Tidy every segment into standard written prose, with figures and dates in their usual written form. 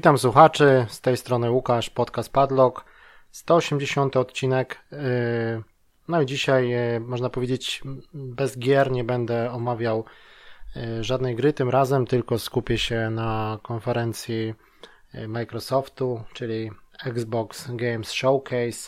Witam słuchaczy, z tej strony Łukasz, podcast Padlock, 180 odcinek. No i dzisiaj, można powiedzieć, bez gier nie będę omawiał żadnej gry tym razem, tylko skupię się na konferencji Microsoftu, czyli Xbox Games Showcase.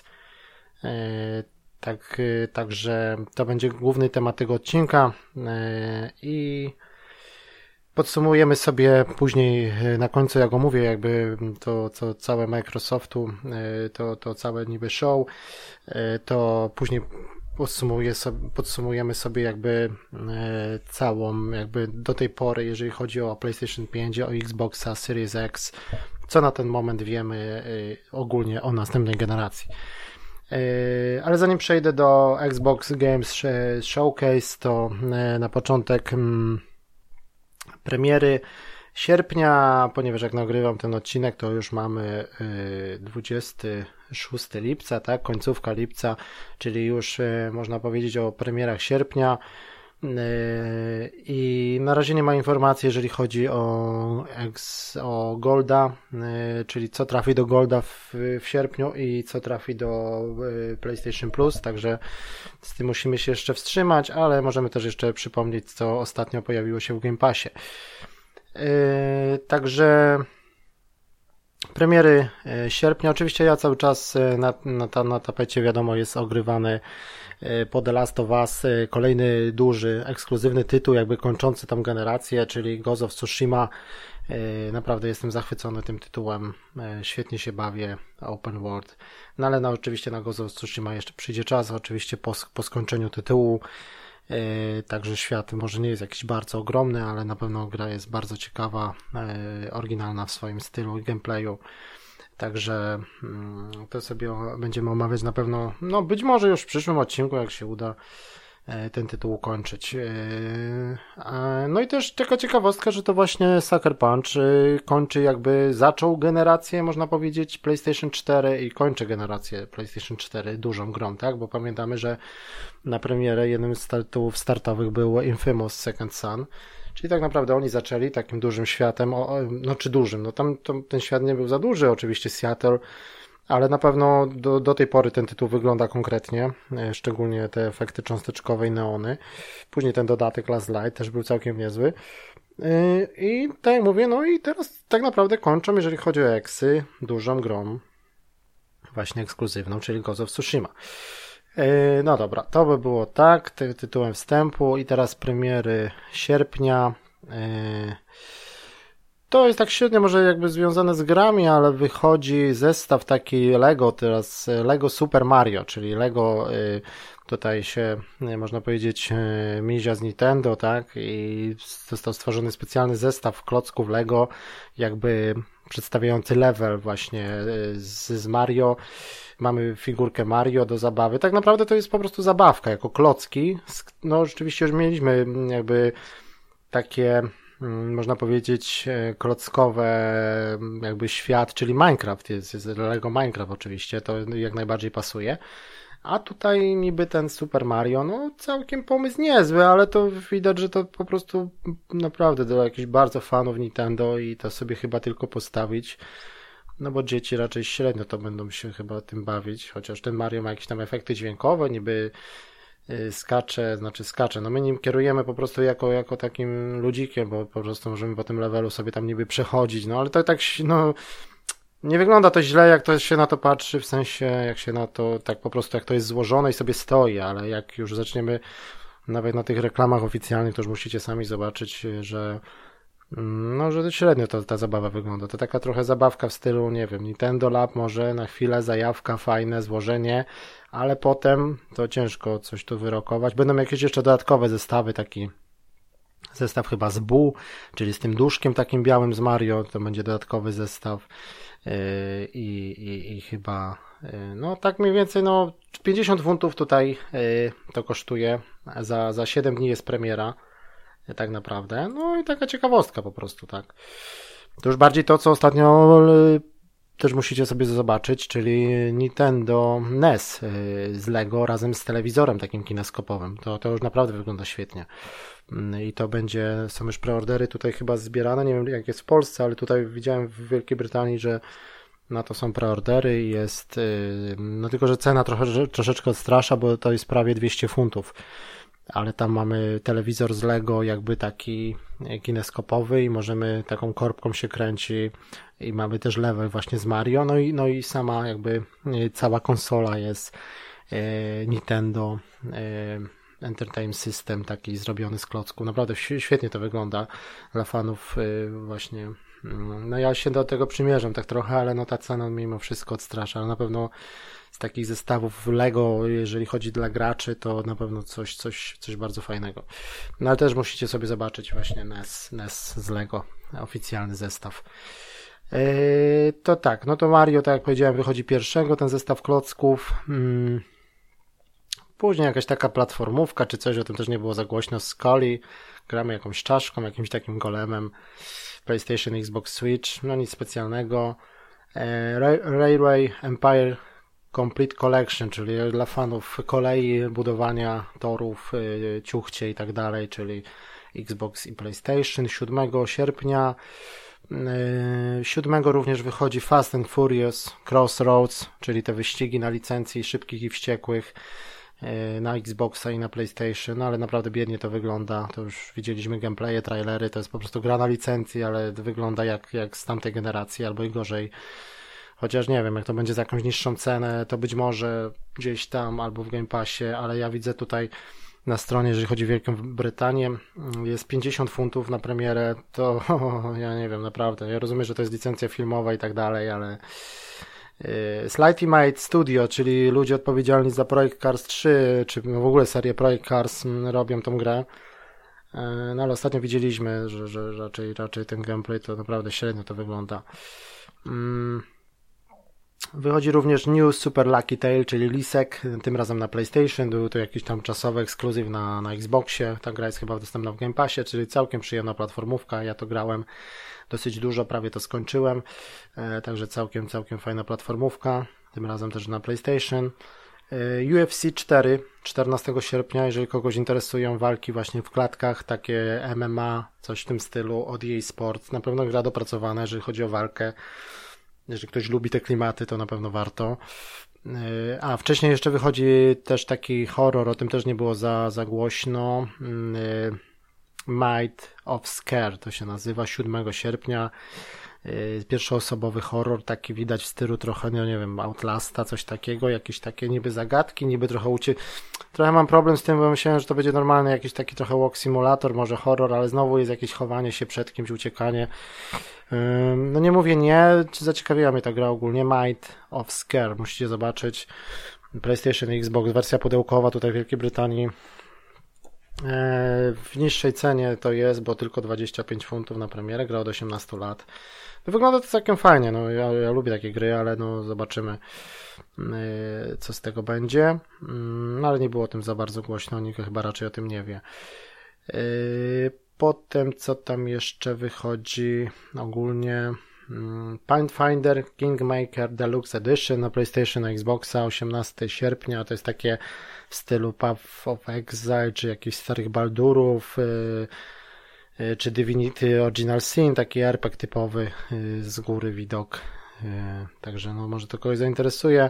Także to będzie główny temat tego odcinka i podsumujemy sobie później na końcu, jak omówię jakby to całe Microsoftu, to całe niby show, to później podsumujemy sobie jakby całą jakby do tej pory, jeżeli chodzi o PlayStation 5, o Xboxa Series X, co na ten moment wiemy ogólnie o następnej generacji. Ale zanim przejdę do Xbox Games Showcase, to na początek premiery sierpnia, ponieważ jak nagrywam ten odcinek, to już mamy 26 lipca, tak, końcówka lipca, czyli już można powiedzieć o premierach sierpnia. I na razie nie ma informacji, jeżeli chodzi o Golda, czyli co trafi do Golda w sierpniu i co trafi do PlayStation Plus, także z tym musimy się jeszcze wstrzymać, ale możemy też jeszcze przypomnieć, co ostatnio pojawiło się w Game Passie. Także premiery sierpnia, oczywiście ja cały czas na tapecie, wiadomo, jest ogrywany po The Last of Us kolejny duży, ekskluzywny tytuł, jakby kończący tam generację, czyli Ghost of Tsushima. Naprawdę jestem zachwycony tym tytułem, świetnie się bawię, open world, no ale oczywiście na Ghost of Tsushima jeszcze przyjdzie czas, oczywiście po skończeniu tytułu, także świat może nie jest jakiś bardzo ogromny, ale na pewno gra jest bardzo ciekawa, oryginalna w swoim stylu i gameplayu. Także to sobie będziemy omawiać na pewno, no być może już w przyszłym odcinku, jak się uda ten tytuł ukończyć. No i też taka ciekawostka, że to właśnie Sucker Punch kończy zaczął generację, można powiedzieć, PlayStation 4 i kończy generację PlayStation 4 dużą grą, tak? Bo pamiętamy, że na premierę jednym z tytułów startowych było Infamous Second Son. Czyli tak naprawdę oni zaczęli takim dużym światem, czy dużym, no tam ten świat nie był za duży, oczywiście Seattle, ale na pewno do tej pory ten tytuł wygląda konkretnie, szczególnie te efekty cząsteczkowe i neony. Później ten dodatek Last Light też był całkiem niezły. I tak jak mówię, no i teraz tak naprawdę kończą, jeżeli chodzi o eksy, dużą grą, właśnie ekskluzywną, czyli Ghost of Tsushima. No dobra, to by było tak, tytułem wstępu i teraz premiery sierpnia. To jest tak średnio może jakby związane z grami, ale wychodzi zestaw taki Lego teraz, Lego Super Mario, czyli Lego tutaj się, można powiedzieć, mizia z Nintendo, tak, i został stworzony specjalny zestaw klocków Lego, jakby przedstawiający level właśnie z Mario. Mamy figurkę Mario do zabawy. Tak naprawdę to jest po prostu zabawka, jako klocki. No rzeczywiście już mieliśmy jakby takie, można powiedzieć, klockowe jakby świat, czyli Minecraft. Jest Lego Minecraft oczywiście, to jak najbardziej pasuje. A tutaj niby ten Super Mario, no całkiem pomysł niezły, ale to widać, że to po prostu naprawdę do jakichś bardzo fanów Nintendo i to sobie chyba tylko postawić. No bo dzieci raczej średnio to będą się chyba tym bawić, chociaż ten Mario ma jakieś tam efekty dźwiękowe, niby skacze, no my nim kierujemy po prostu jako takim ludzikiem, bo po prostu możemy po tym levelu sobie tam niby przechodzić, no ale to tak, no nie wygląda to źle, jak to się na to patrzy, w sensie jak się na to, tak po prostu jak to jest złożone i sobie stoi, ale jak już zaczniemy nawet na tych reklamach oficjalnych, to już musicie sami zobaczyć, że średnio ta zabawa wygląda. To taka trochę zabawka w stylu, nie wiem, Nintendo Lab może na chwilę, zajawka, fajne złożenie, ale potem to ciężko coś tu wyrokować. Będą jakieś jeszcze dodatkowe zestawy, taki zestaw chyba z Boo, czyli z tym duszkiem takim białym z Mario, to będzie dodatkowy zestaw i chyba, no tak mniej więcej, no 50 funtów tutaj to kosztuje, za 7 dni jest premiera. Tak naprawdę. No i taka ciekawostka po prostu, tak. To już bardziej to, co ostatnio też musicie sobie zobaczyć, czyli Nintendo NES z Lego razem z telewizorem takim kineskopowym. To już naprawdę wygląda świetnie. i to są już preordery tutaj chyba zbierane, nie wiem jak jest w Polsce, ale tutaj widziałem w Wielkiej Brytanii, że na to są preordery i jest, no tylko, że cena troszeczkę odstrasza, bo to jest prawie 200 funtów, ale tam mamy telewizor z Lego, jakby taki kineskopowy i możemy, taką korbką się kręci i mamy też level właśnie z Mario, no i sama jakby cała konsola jest Nintendo Entertainment System, taki zrobiony z klocków. Naprawdę świetnie to wygląda dla fanów właśnie. No ja się do tego przymierzam tak trochę, ale no ta cena mimo wszystko odstrasza, ale na pewno z takich zestawów Lego, jeżeli chodzi dla graczy, to na pewno coś bardzo fajnego. No ale też musicie sobie zobaczyć właśnie NES z Lego, oficjalny zestaw. To tak, no to Mario, tak jak powiedziałem, wychodzi pierwszego, ten zestaw klocków. Później jakaś taka platformówka czy coś, o tym też nie było za głośno, Scully, gramy jakąś czaszką, jakimś takim golemem, PlayStation, Xbox, Switch, no nic specjalnego. Railway Empire Complete Collection, czyli dla fanów kolei, budowania torów, ciuchcie i tak dalej, czyli Xbox i PlayStation. 7 sierpnia 7 również wychodzi Fast and Furious Crossroads, czyli te wyścigi na licencji szybkich i wściekłych na Xboxa i na PlayStation, ale naprawdę biednie to wygląda. To już widzieliśmy gameplaye, trailery, to jest po prostu gra na licencji, ale wygląda jak z tamtej generacji, albo i gorzej. Chociaż nie wiem, jak to będzie za jakąś niższą cenę, to być może gdzieś tam albo w Game Passie, ale ja widzę tutaj na stronie, jeżeli chodzi o Wielką Brytanię, jest 50 funtów na premierę, to ja nie wiem, naprawdę. Ja rozumiem, że to jest licencja filmowa i tak dalej, ale Slightly Made Studio, czyli ludzie odpowiedzialni za Projekt Cars 3, czy w ogóle serię Projekt Cars robią tą grę. No ale ostatnio widzieliśmy, że raczej ten gameplay to naprawdę średnio to wygląda. Wychodzi również New Super Lucky Tail, czyli Lisek, tym razem na PlayStation. Był to jakiś tam czasowy ekskluzyw na Xboxie. Ta gra jest chyba dostępna w Game Passie, czyli całkiem przyjemna platformówka. Ja to grałem dosyć dużo, prawie to skończyłem. Także całkiem fajna platformówka. Tym razem też na PlayStation. UFC 4, 14 sierpnia, jeżeli kogoś interesują walki właśnie w klatkach, takie MMA, coś w tym stylu od EA Sports. Na pewno gra dopracowana, jeżeli chodzi o walkę. Jeżeli ktoś lubi te klimaty, to na pewno warto. A wcześniej jeszcze wychodzi też taki horror, o tym też nie było za głośno. Might of Scare to się nazywa, 7 sierpnia. Pierwszoosobowy horror, taki widać w stylu trochę, no nie wiem, Outlasta, coś takiego, jakieś takie niby zagadki, niby trochę mam problem z tym, bo myślałem, że to będzie normalny jakiś taki trochę walk simulator, może horror, ale znowu jest jakieś chowanie się przed kimś, uciekanie. No nie mówię nie, zaciekawiła mnie ta gra ogólnie. Might of Scare, musicie zobaczyć. PlayStation i Xbox, wersja pudełkowa tutaj w Wielkiej Brytanii. W niższej cenie to jest, bo tylko 25 funtów na premierę, gra od 18 lat. Wygląda to całkiem fajnie, no ja lubię takie gry, ale no zobaczymy co z tego będzie. No ale nie było o tym za bardzo głośno, nikt chyba raczej o tym nie wie. Potem co tam jeszcze wychodzi ogólnie? Pathfinder Kingmaker Deluxe Edition na PlayStation, na Xboxa 18 sierpnia, to jest takie w stylu Path of Exile, czy jakichś starych Baldurów, czy Divinity Original Sin, taki RPG typowy, z góry widok, także no może to kogoś zainteresuje.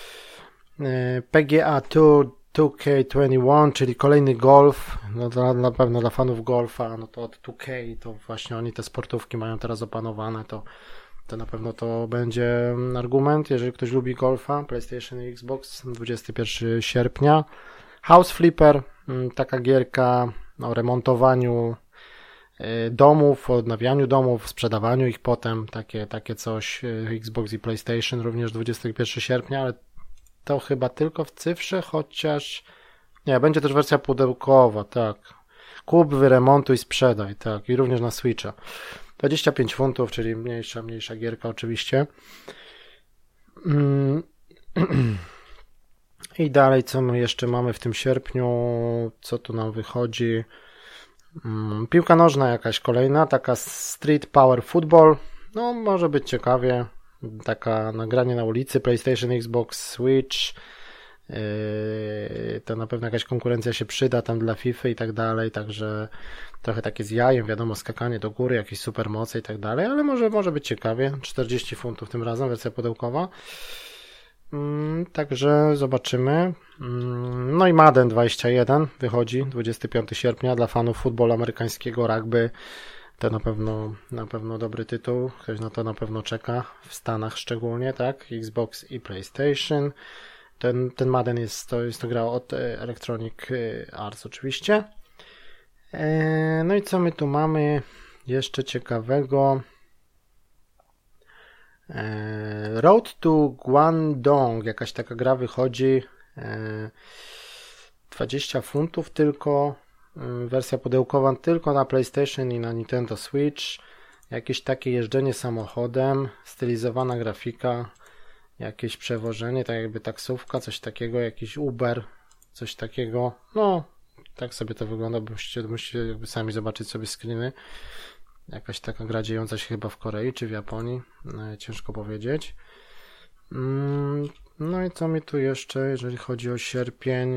PGA Tour 2K21, czyli kolejny golf, no na pewno dla fanów golfa, no to od 2K, to właśnie oni te sportówki mają teraz opanowane, to na pewno to będzie argument, jeżeli ktoś lubi golfa, PlayStation i Xbox, 21 sierpnia. House Flipper, taka gierka o remontowaniu domów, odnawianiu domów, sprzedawaniu ich potem, takie coś, Xbox i PlayStation, również 21 sierpnia, ale to chyba tylko w cyfrze, chociaż nie, będzie też wersja pudełkowa, tak. Kup, wyremontuj, sprzedaj, tak. I również na Switcha. 25 funtów, czyli mniejsza gierka oczywiście. I dalej, co my jeszcze mamy w tym sierpniu? Co tu nam wychodzi? Piłka nożna jakaś kolejna, taka Street Power Football. No, może być ciekawie. Taka nagranie na ulicy, PlayStation, Xbox, Switch. to na pewno jakaś konkurencja się przyda tam dla FIFA i tak dalej, także trochę takie z jajem, wiadomo, skakanie do góry, jakieś supermoce i tak dalej, ale może być ciekawie. 40 funtów tym razem, wersja pudełkowa. Także zobaczymy. No i Madden 21 wychodzi 25 sierpnia dla fanów futbolu amerykańskiego, rugby. To na pewno dobry tytuł. Ktoś na to na pewno czeka. W Stanach szczególnie, tak? Xbox i PlayStation. Ten Madden jest to gra od Electronic Arts oczywiście. No i co my tu mamy jeszcze ciekawego? Road to Guangdong, jakaś taka gra wychodzi, 20 funtów tylko, wersja pudełkowa tylko na PlayStation i na Nintendo Switch, jakieś takie jeżdżenie samochodem, stylizowana grafika, jakieś przewożenie, tak jakby taksówka, coś takiego, jakiś Uber, coś takiego, no tak sobie to wygląda, bo musicie jakby sami zobaczyć sobie screeny. Jakaś taka gra dziejąca się chyba w Korei czy w Japonii, ciężko powiedzieć. No i co mi tu jeszcze, jeżeli chodzi o sierpień?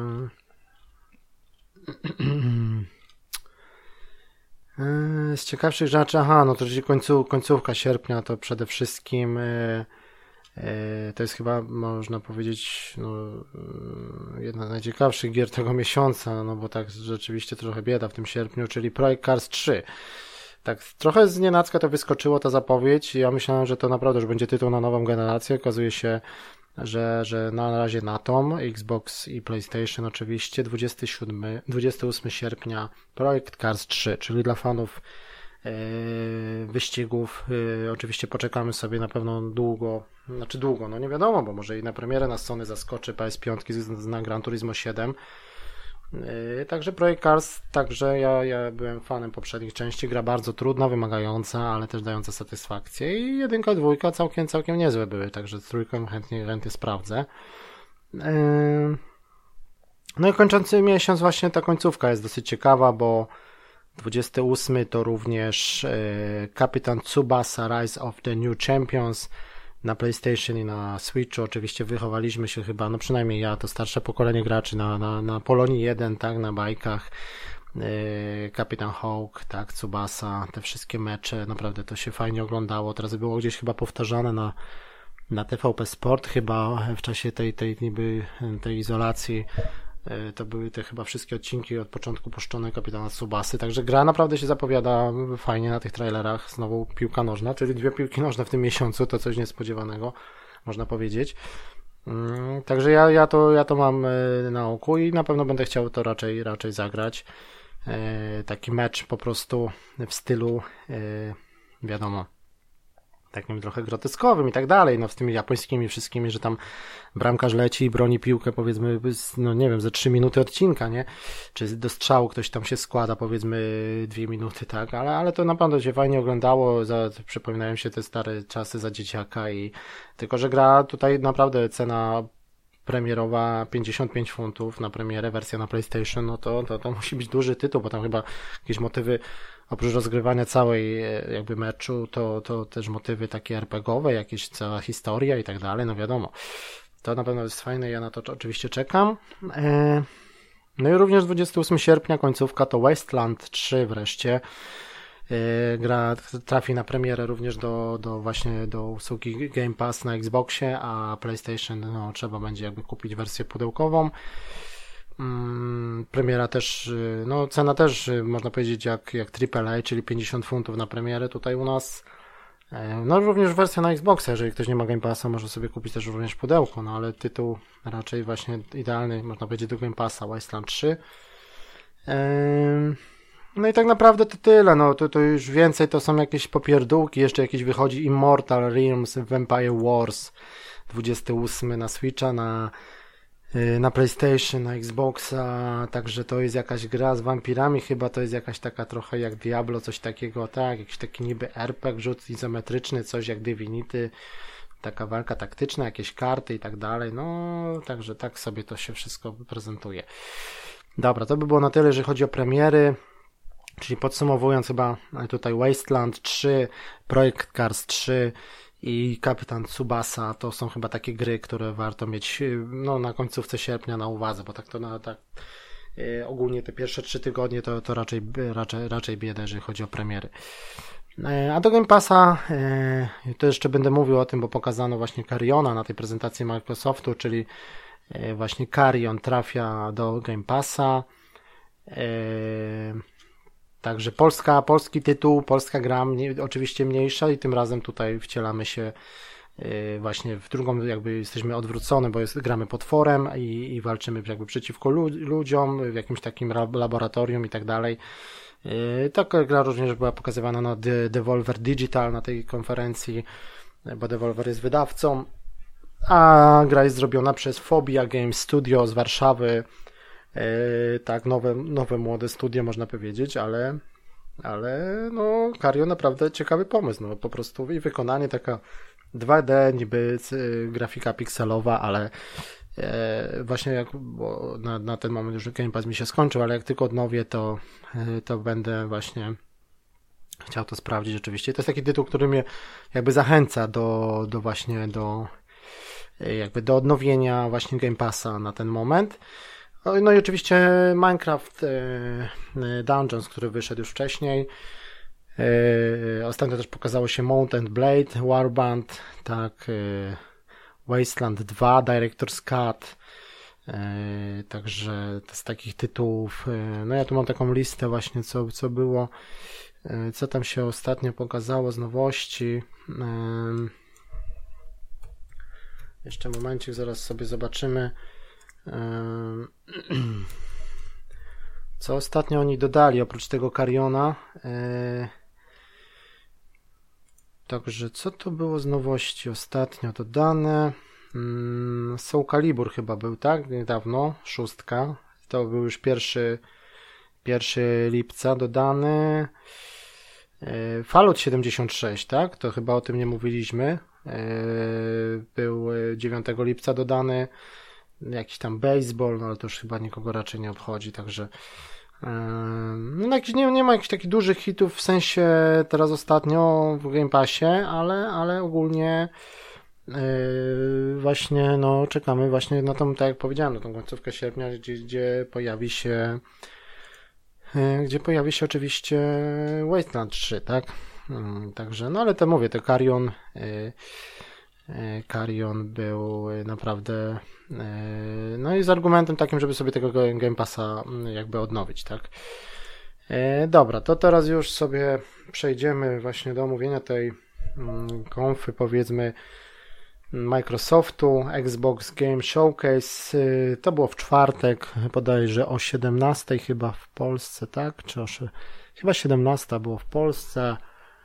Z ciekawszych rzeczy, no to końcówka sierpnia to przede wszystkim to jest chyba, można powiedzieć, jedna z najciekawszych gier tego miesiąca, no bo tak rzeczywiście trochę bieda w tym sierpniu, czyli Projekt Cars 3. Tak, trochę znienacka to wyskoczyło, ta zapowiedź. Ja myślałem, że to naprawdę już będzie tytuł na nową generację. Okazuje się, że na razie na tą, Xbox i PlayStation oczywiście, 28 sierpnia Projekt Cars 3, czyli dla fanów wyścigów. Oczywiście poczekamy sobie na pewno długo, no nie wiadomo, bo może i na premierę nas Sony zaskoczy PS5 na Gran Turismo 7. Także Projekt Cars, także ja byłem fanem poprzednich części, gra bardzo trudna, wymagająca, ale też dająca satysfakcję i 1 i 2 całkiem niezłe były, także z 3 chętnie sprawdzę. No i kończący miesiąc właśnie ta końcówka jest dosyć ciekawa, bo 28 to również Kapitan Tsubasa Rise of the New Champions na PlayStation i na Switchu. Oczywiście wychowaliśmy się chyba, no przynajmniej ja, to starsze pokolenie graczy na Polonii 1, tak, na bajkach, Kapitan Hawk, tak, Tsubasa, te wszystkie mecze, naprawdę to się fajnie oglądało. Teraz było gdzieś chyba powtarzane na TVP Sport, chyba w czasie tej izolacji. To były te chyba wszystkie odcinki od początku puszczone Kapitana Tsubasy, także gra naprawdę się zapowiada fajnie na tych trailerach. Znowu piłka nożna, czyli 2 piłki nożne w tym miesiącu, to coś niespodziewanego, można powiedzieć. Także ja to mam na oku i na pewno będę chciał to raczej zagrać. Taki mecz po prostu w stylu, wiadomo, takim trochę groteskowym i tak dalej, no z tymi japońskimi wszystkimi, że tam bramkarz leci i broni piłkę, powiedzmy, no nie wiem, ze 3 minuty odcinka, nie? Czy do strzału ktoś tam się składa, powiedzmy 2 minuty, tak? Ale to naprawdę się fajnie oglądało, przypominają się te stare czasy za dzieciaka i tylko, że gra tutaj naprawdę cena premierowa 55 funtów na premierę, wersja na PlayStation, no to musi być duży tytuł, bo tam chyba jakieś motywy oprócz rozgrywania całej jakby meczu, to też motywy takie RPGowe, jakieś cała historia i tak dalej, no wiadomo. To na pewno jest fajne, ja na to oczywiście czekam. No i również 28 sierpnia końcówka to Wasteland 3 wreszcie. Gra trafi na premierę również właśnie do usługi Game Pass na Xboxie, a PlayStation no trzeba będzie jakby kupić wersję pudełkową. Premiera też, no cena też można powiedzieć jak AAA, czyli 50 funtów na premierę tutaj u nas. No również wersja na Xboxa, jeżeli ktoś nie ma Game Passa, może sobie kupić też również pudełko, no ale tytuł raczej właśnie idealny, można powiedzieć, do Game Passa, Wasteland 3. No i tak naprawdę to tyle, no to już więcej to są jakieś popierdółki, jeszcze jakiś wychodzi Immortal Realms Vampire Wars 28 na Switcha, na PlayStation, na Xboxa, także to jest jakaś gra z wampirami, chyba to jest jakaś taka trochę jak Diablo, coś takiego, tak, jakiś taki niby RPG, rzut izometryczny, coś jak Divinity, taka walka taktyczna, jakieś karty i tak dalej, no także tak sobie to się wszystko prezentuje. Dobra, to by było na tyle, jeżeli chodzi o premiery, czyli podsumowując chyba tutaj Wasteland 3, Projekt Cars 3 i Kapitan Tsubasa to są chyba takie gry, które warto mieć no, na końcówce sierpnia na uwadze, bo tak to ogólnie te pierwsze 3 tygodnie to raczej bieda, jeżeli chodzi o premiery. A do Game Passa to jeszcze będę mówił o tym, bo pokazano właśnie Cariona na tej prezentacji Microsoftu, czyli właśnie Carion trafia do Game Passa. Także polski tytuł, polska gra, oczywiście mniejsza i tym razem tutaj wcielamy się właśnie w drugą, jakby jesteśmy odwrócone, bo gramy potworem i walczymy jakby przeciwko ludziom w jakimś takim laboratorium i tak dalej. Taka gra również była pokazywana na Devolver Digital na tej konferencji, bo Devolver jest wydawcą, a gra jest zrobiona przez Phobia Game Studio z Warszawy. Tak, nowe młode studio można powiedzieć, ale no Carion naprawdę ciekawy pomysł, no po prostu i wykonanie taka 2D, niby grafika pikselowa, ale właśnie bo na ten moment już Game Pass mi się skończył, ale jak tylko odnowię, to będę właśnie chciał to sprawdzić oczywiście. To jest taki tytuł, który mnie jakby zachęca do jakby do odnowienia właśnie Game Passa na ten moment. No i oczywiście Minecraft Dungeons, który wyszedł już wcześniej. Ostatnio też pokazało się Mount & Blade, Warband, tak, Wasteland 2, Director's Cut. Także to z takich tytułów. No ja tu mam taką listę właśnie, co było, co tam się ostatnio pokazało z nowości. Jeszcze momencik, zaraz sobie zobaczymy. Co ostatnio oni dodali oprócz tego Cariona. Także co to było z nowości ostatnio dodane? Soul Calibur chyba był, tak? Niedawno, 6. To był już 1 lipca dodany. Fallout 76, tak? To chyba o tym nie mówiliśmy. Był 9 lipca dodany. Jakiś tam baseball, no ale to już chyba nikogo raczej nie obchodzi, także no nie ma jakichś takich dużych hitów w sensie teraz ostatnio w Game Passie, ale ogólnie właśnie no czekamy właśnie na tą, tak jak powiedziałem, na tą końcówkę sierpnia, gdzie pojawi się oczywiście Wasteland 3, tak? Także, no ale to mówię, to Carion był naprawdę no i z argumentem takim, żeby sobie tego Game Passa jakby odnowić, tak? Dobra, to teraz już sobie przejdziemy właśnie do omówienia tej konfy, powiedzmy, Microsoftu, Xbox Game Showcase. To było w czwartek, bodajże o 17 chyba w Polsce, tak? Chyba 17 było w Polsce,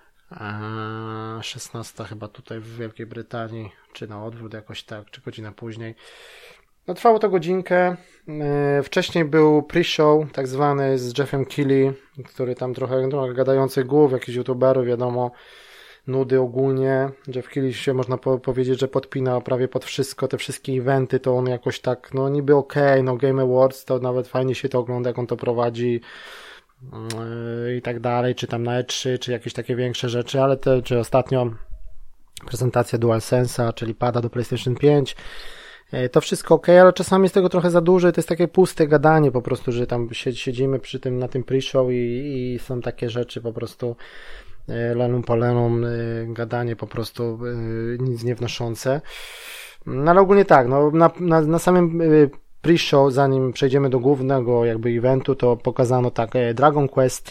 16 chyba tutaj w Wielkiej Brytanii, czy na odwrót jakoś tak, czy godzina później. No trwało to godzinkę. Wcześniej był pre-show, tak zwany, z Jeffem Keighley, który tam trochę gadających głów, jakichś youtuberów, wiadomo, nudy ogólnie. Jeff Keighley się można powiedzieć, że podpina prawie pod wszystko, te wszystkie eventy, to on jakoś tak, no niby okej, no Game Awards, to nawet fajnie się to ogląda, jak on to prowadzi i tak dalej, czy tam na E3, czy jakieś takie większe rzeczy, ale czy ostatnio prezentacja DualSense'a, czyli pada do PlayStation 5, to wszystko okej, ale czasami jest tego trochę za dużo i to jest takie puste gadanie po prostu, że tam siedzimy przy tym, na tym pre-show i są takie rzeczy po prostu lenum polenum, gadanie po prostu nic nie wnoszące. No ale ogólnie tak, no na samym pre-show, zanim przejdziemy do głównego jakby eventu, to pokazano tak, Dragon Quest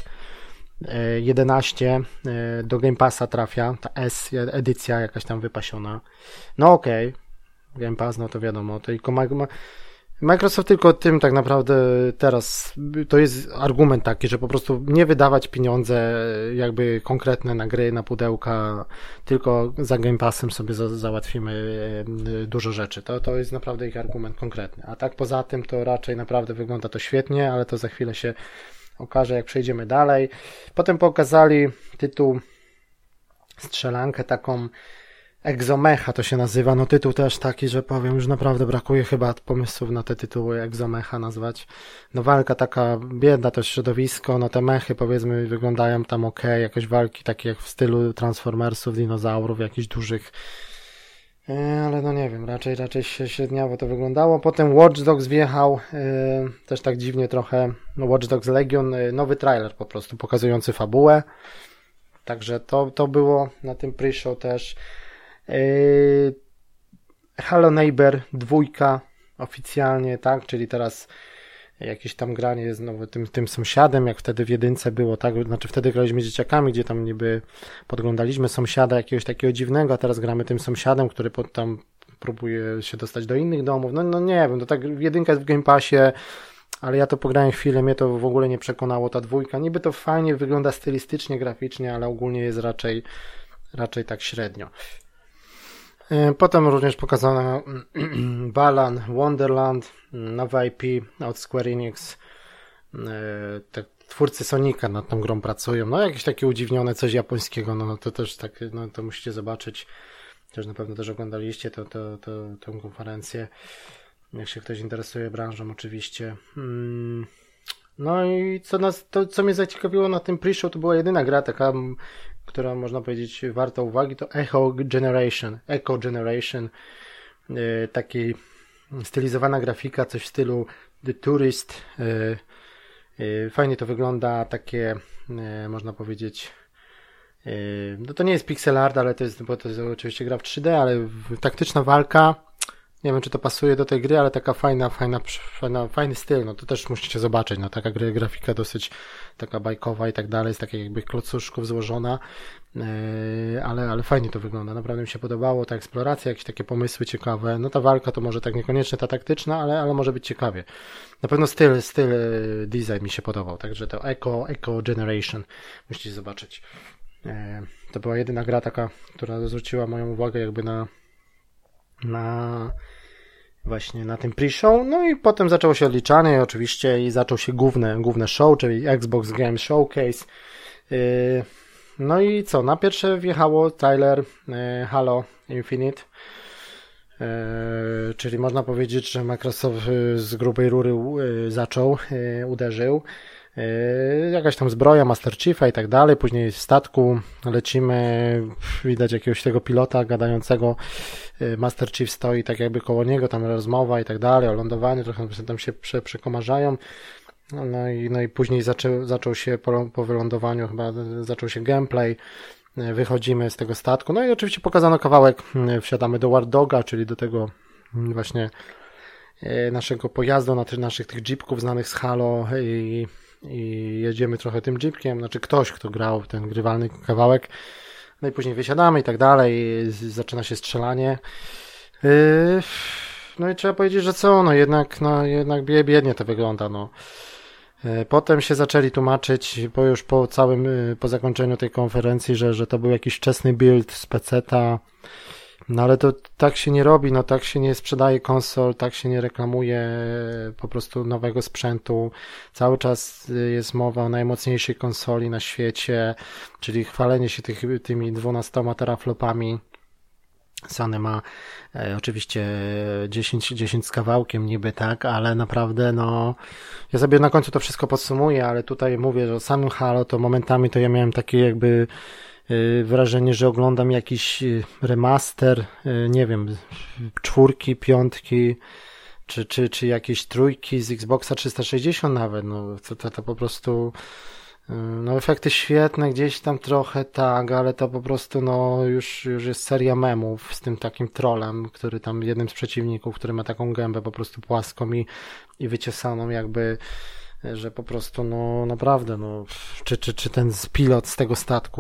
11 do Game Passa trafia, ta edycja jakaś tam wypasiona. No okej, Game Pass, no to wiadomo, tylko Microsoft tylko tym tak naprawdę teraz, to jest argument taki, że po prostu nie wydawać pieniądze jakby konkretne na gry, na pudełka, tylko za Game Passem sobie załatwimy dużo rzeczy. To jest naprawdę ich argument konkretny. A tak poza tym to raczej naprawdę wygląda to świetnie, ale to za chwilę się okaże, jak przejdziemy dalej. Potem pokazali tytuł, strzelankę taką Exomecha to się nazywa, no tytuł też taki, że powiem, już naprawdę brakuje chyba pomysłów na te tytuły Exomecha nazwać. No walka taka biedna, to jest środowisko, no te mechy powiedzmy wyglądają tam okej, jakieś walki takie jak w stylu Transformersów, dinozaurów, jakichś dużych, ale no nie wiem, raczej się średniawo to wyglądało. Potem Watch Dogs wjechał, też tak dziwnie trochę, no Watch Dogs Legion, nowy trailer po prostu pokazujący fabułę, także to było na tym pre-show też. Hello Neighbor 2 oficjalnie, tak, czyli teraz jakieś tam granie znowu tym sąsiadem, jak wtedy w jedynce było, tak, znaczy wtedy graliśmy dzieciakami, gdzie tam niby podglądaliśmy sąsiada jakiegoś takiego dziwnego, a teraz gramy tym sąsiadem, który tam próbuje się dostać do innych domów, no nie wiem, to tak jedynka jest w Game Passie, ale ja to pograłem chwilę, mnie to w ogóle nie przekonało ta 2, niby to fajnie wygląda stylistycznie, graficznie, ale ogólnie jest raczej tak średnio. Potem również pokazano Balan Wonderland, nowa IP od Square Enix. Te twórcy Sonika nad tą grą pracują. No jakieś takie udziwnione coś japońskiego, no to też tak, no to musicie zobaczyć. Też na pewno też oglądaliście tę konferencję. Jak się ktoś interesuje branżą oczywiście. No i co mnie zaciekawiło na tym pre-show, to była jedyna gra taka, która można powiedzieć warta uwagi, to Echo Generation, taki stylizowana grafika, coś w stylu The Tourist, fajnie to wygląda, takie można powiedzieć, no to nie jest pixel art, ale bo to jest oczywiście gra w 3D, ale taktyczna walka, nie wiem czy to pasuje do tej gry, ale taka fajny styl, no to też musicie zobaczyć, no taka grafika dosyć taka bajkowa i tak dalej, z takich jakby klocuszków złożona, ale fajnie to wygląda, naprawdę mi się podobało, ta eksploracja, jakieś takie pomysły ciekawe, no ta walka to może tak niekoniecznie ta taktyczna, ale może być ciekawie. Na pewno styl design mi się podobał, także to Echo Generation musicie zobaczyć. To była jedyna gra taka, która zwróciła moją uwagę jakby właśnie na tym pre-show, no i potem zaczęło się odliczanie oczywiście i zaczął się główne show, czyli Xbox Game Showcase. No i co, na pierwsze wjechało trailer Halo Infinite, czyli można powiedzieć, że Microsoft z grubej rury uderzył. Jakaś tam zbroja Master Chiefa i tak dalej, później w statku lecimy, widać jakiegoś tego pilota gadającego, Master Chief stoi tak jakby koło niego, tam rozmowa i tak dalej, o lądowaniu, trochę tam się przekomarzają, no i później zaczął się po wylądowaniu chyba zaczął się gameplay, wychodzimy z tego statku, no i oczywiście pokazano kawałek, wsiadamy do War Doga, czyli do tego właśnie naszego pojazdu, naszych tych jeepków znanych z Halo i jedziemy trochę tym jeepkiem, znaczy ktoś, kto grał ten grywalny kawałek, no i później wysiadamy i tak dalej, zaczyna się strzelanie. No i trzeba powiedzieć, że jednak biednie to wygląda, no. Potem się zaczęli tłumaczyć, już po zakończeniu tej konferencji, że to był jakiś wczesny build z PC-ta, no ale to tak się nie robi, no tak się nie sprzedaje konsol, tak się nie reklamuje po prostu nowego sprzętu. Cały czas jest mowa o najmocniejszej konsoli na świecie, czyli chwalenie się tymi 12 teraflopami. Sony ma oczywiście 10 z kawałkiem niby, tak, ale naprawdę no ja sobie na końcu to wszystko podsumuję, ale tutaj mówię, że o samym Halo to momentami to ja miałem takie jakby wrażenie, że oglądam jakiś remaster, nie wiem, 4, 5 czy jakieś 3 z Xboxa 360 nawet, no to po prostu no efekty świetne, gdzieś tam trochę tak, ale to po prostu no już jest seria memów z tym takim trollem, który tam jednym z przeciwników, który ma taką gębę po prostu płaską i wyciesaną jakby, że po prostu no naprawdę no czy ten pilot z tego statku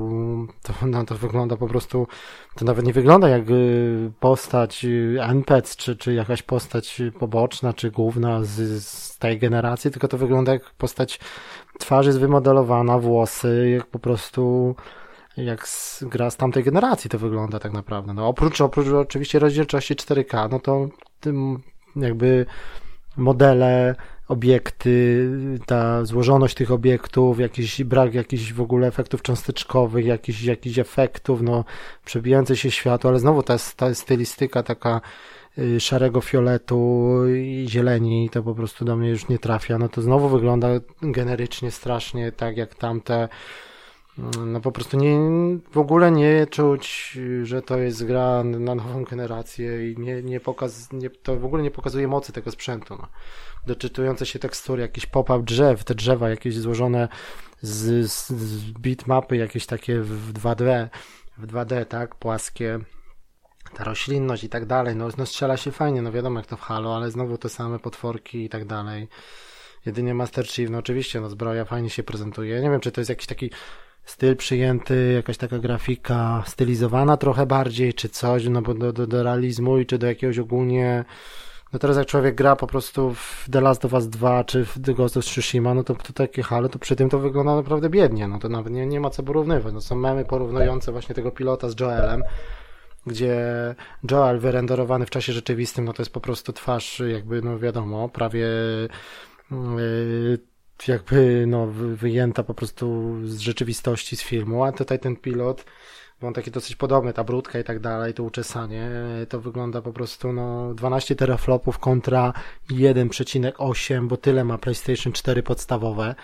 to wygląda po prostu, to nawet nie wygląda jak postać NPC czy jakaś postać poboczna czy główna z tej generacji, tylko to wygląda jak postać, twarz jest wymodelowana, włosy jak po prostu jak gra z tamtej generacji to wygląda tak naprawdę, no oprócz oczywiście rozdzielczości 4K, no to tym jakby modele obiekty, ta złożoność tych obiektów, jakiś brak jakichś w ogóle efektów cząsteczkowych, jakichś efektów, no przebijające się światło, ale znowu ta stylistyka taka szarego fioletu i zieleni, to po prostu do mnie już nie trafia, no to znowu wygląda generycznie strasznie, tak jak tamte. No po prostu w ogóle nie czuć, że to jest gra na nową generację i to w ogóle nie pokazuje mocy tego sprzętu. No. Doczytujące się tekstury, jakieś pop-up drzew, te drzewa jakieś złożone z bitmapy jakieś takie w 2D, tak, płaskie, ta roślinność i tak dalej, no strzela się fajnie, no wiadomo jak to w Halo, ale znowu te same potworki i tak dalej. Jedynie Master Chief, no oczywiście, no zbroja fajnie się prezentuje. Nie wiem, czy to jest jakiś taki styl przyjęty, jakaś taka grafika stylizowana trochę bardziej, czy coś, no bo do realizmu i czy do jakiegoś ogólnie. No teraz jak człowiek gra po prostu w The Last of Us 2 czy w The Ghost of Tsushima, no to takie Halo, to przy tym to wygląda naprawdę biednie, no to nawet nie ma co porównywać. No są memy porównujące właśnie tego pilota z Joelem, gdzie Joel wyrenderowany w czasie rzeczywistym, no to jest po prostu twarz jakby, no wiadomo, prawie jakby no wyjęta po prostu z rzeczywistości, z filmu, a tutaj ten pilot, bo on taki dosyć podobny, ta brudka i tak dalej, to uczesanie, to wygląda po prostu no 12 teraflopów kontra 1,8, bo tyle ma PlayStation 4 podstawowe.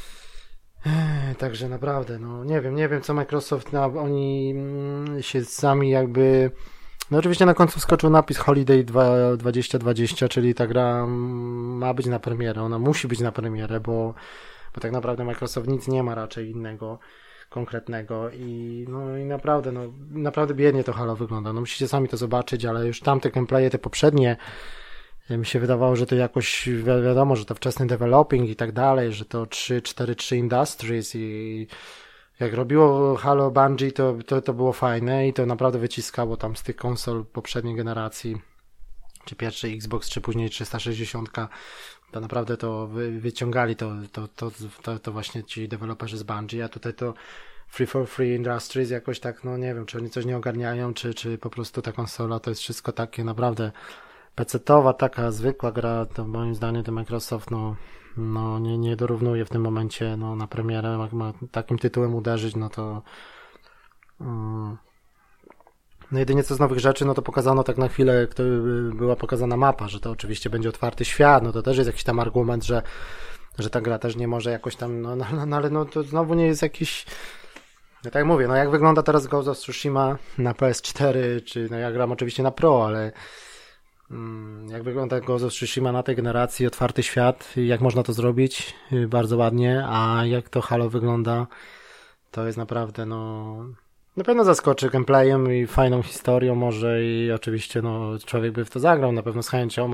Także naprawdę, no nie wiem co Microsoft, no, oni się sami jakby. No oczywiście na końcu wskoczył napis Holiday 2020, czyli ta gra ma być na premierę, ona musi być na premierę, bo tak naprawdę Microsoft nic nie ma raczej innego, konkretnego i naprawdę biednie to Halo wygląda, no musicie sami to zobaczyć, ale już tamte gameplaye, te poprzednie, mi się wydawało, że to jakoś wiadomo, że to wczesny developing i tak dalej, że to 3 Industries i jak robiło Halo Bungie, to było fajne i to naprawdę wyciskało tam z tych konsol poprzedniej generacji, czy pierwszy Xbox, czy później 360, to naprawdę to wyciągali to właśnie ci deweloperzy z Bungie, a tutaj to Free Industries jakoś tak, no nie wiem, czy oni coś nie ogarniają, czy po prostu ta konsola to jest wszystko takie naprawdę pecetowa, taka zwykła gra, to moim zdaniem to Microsoft nie dorównuje w tym momencie na premierę, jak ma takim tytułem uderzyć, no to no jedynie co z nowych rzeczy, no to pokazano tak na chwilę, to była pokazana mapa, że to oczywiście będzie otwarty świat, no to też jest jakiś tam argument, że ta gra też nie może jakoś tam, ale no to znowu nie jest jakiś, no tak jak mówię, no jak wygląda teraz Ghost of Tsushima na PS4, czy no ja gram oczywiście na Pro, ale jak wygląda Ghost of Tsushima na tej generacji, otwarty świat, jak można to zrobić, bardzo ładnie, a jak to Halo wygląda, to jest naprawdę, na pewno zaskoczy gameplayem i fajną historią może i oczywiście, człowiek by w to zagrał na pewno z chęcią,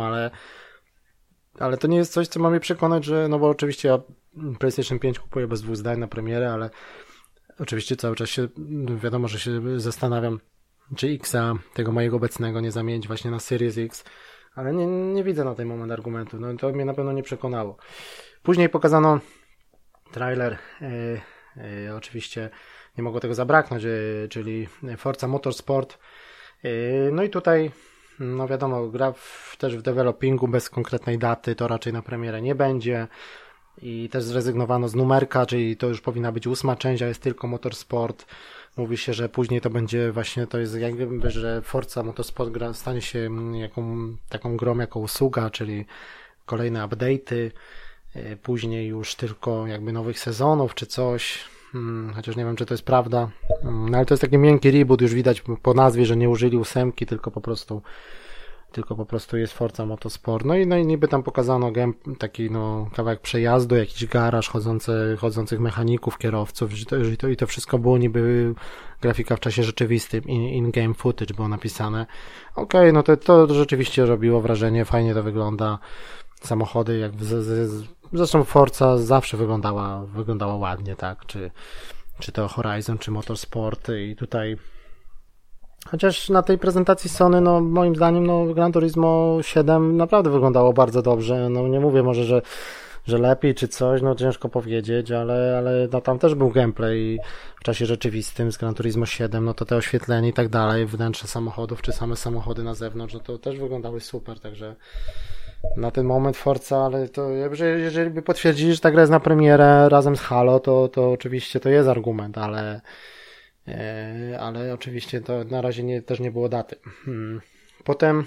ale to nie jest coś, co ma mnie przekonać, że, bo oczywiście ja PlayStation 5 kupuję bez dwóch zdań na premierę, ale oczywiście cały czas się, wiadomo, że się zastanawiam, czy Xa, tego mojego obecnego, nie zamienić właśnie na Series X, ale nie widzę na ten moment argumentu, to mnie na pewno nie przekonało. Później pokazano trailer, oczywiście nie mogło tego zabraknąć, czyli Forza Motorsport, no i tutaj, wiadomo, gra też w developingu bez konkretnej daty, to raczej na premierę nie będzie i też zrezygnowano z numerka, czyli to już powinna być 8. część, a jest tylko Motorsport. Mówi się, że później to będzie właśnie, to jest jakby, że Forza Motorsport stanie się taką grą jako usługa, czyli kolejne update'y, później już tylko jakby nowych sezonów czy coś, chociaż nie wiem, czy to jest prawda, ale to jest taki miękki reboot, już widać po nazwie, że nie użyli 8, tylko po prostu jest Forza Motorsport. No i niby tam pokazano taki kawałek przejazdu, jakiś garaż, chodzących mechaników, kierowców, i to wszystko było niby grafika w czasie rzeczywistym, in-game footage było napisane. Okej, to rzeczywiście robiło wrażenie, fajnie to wygląda. Samochody, zresztą Forza zawsze wyglądała ładnie, tak, czy to Horizon, czy Motorsport i tutaj chociaż na tej prezentacji Sony, moim zdaniem, Gran Turismo 7 naprawdę wyglądało bardzo dobrze. Nie mówię może, że lepiej czy coś, ciężko powiedzieć, ale tam też był gameplay w czasie rzeczywistym z Gran Turismo 7, to te oświetlenie i tak dalej, wnętrze samochodów, czy same samochody na zewnątrz, to też wyglądały super, także na ten moment Forza, ale to jeżeli by potwierdzili, że ta gra jest na premierę razem z Halo, to oczywiście to jest argument, ale oczywiście to na razie też nie było daty. Potem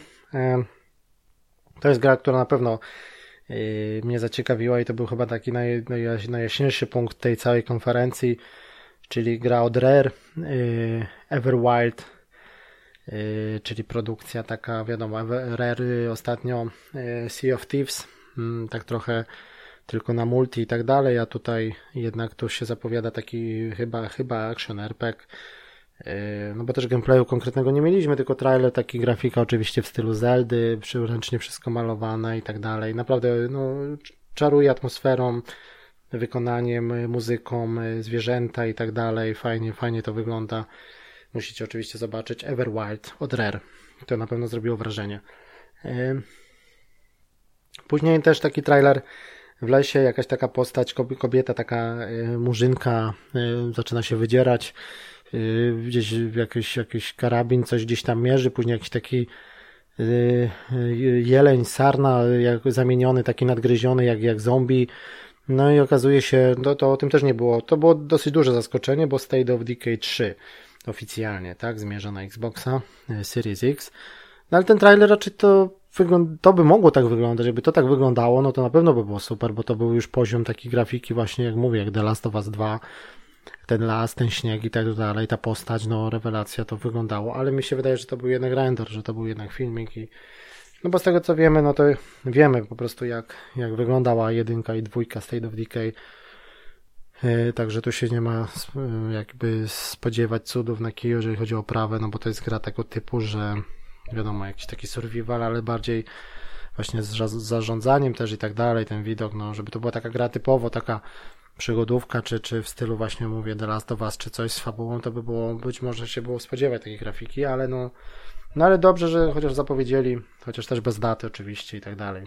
to jest gra, która na pewno mnie zaciekawiła i to był chyba taki najjaśniejszy punkt tej całej konferencji, czyli gra od Rare, Everwild, czyli produkcja taka, wiadomo, Rare ostatnio Sea of Thieves, tak trochę tylko na multi i tak dalej, a tutaj jednak tu się zapowiada taki chyba action RPG, no bo też gameplayu konkretnego nie mieliśmy, tylko trailer, taki grafika oczywiście w stylu Zeldy, ręcznie wszystko malowane i tak dalej, naprawdę no, czaruje atmosferą, wykonaniem, muzyką, zwierzęta i tak dalej, fajnie to wygląda. Musicie oczywiście zobaczyć Everwild od Rare. To na pewno zrobiło wrażenie. Później też taki trailer w lesie, jakaś taka postać, kobieta, taka murzynka zaczyna się wydzierać. Gdzieś jakiś karabin, coś gdzieś tam mierzy. Później jakiś taki jeleń, sarna, zamieniony, taki nadgryziony jak zombie. No i okazuje się, to o tym też nie było. To było dosyć duże zaskoczenie, bo State of Decay 3 oficjalnie, tak, zmierza na Xboxa Series X. No ale ten trailer raczej to by mogło tak wyglądać, jakby to tak wyglądało, no to na pewno by było super, bo to był już poziom takiej grafiki właśnie, jak mówię, jak The Last of Us 2, ten las, ten śnieg i tak dalej, ta postać, no rewelacja to wyglądało, ale mi się wydaje, że to był jednak render, że to był jednak filmik i no bo z tego co wiemy, no to wiemy po prostu jak wyglądała 1 i 2 State of Decay. Także tu się nie ma jakby spodziewać cudów na kiju, jeżeli chodzi o oprawę, no bo to jest gra tego typu, że wiadomo, jakiś taki survival, ale bardziej właśnie z zarządzaniem też i tak dalej, ten widok, no żeby to była taka gra typowo, taka przygodówka, czy w stylu właśnie mówię The Last of Us, czy coś z fabułą, to by było, być może się było spodziewać takiej grafiki, ale no ale dobrze, że chociaż zapowiedzieli, chociaż też bez daty oczywiście i tak dalej.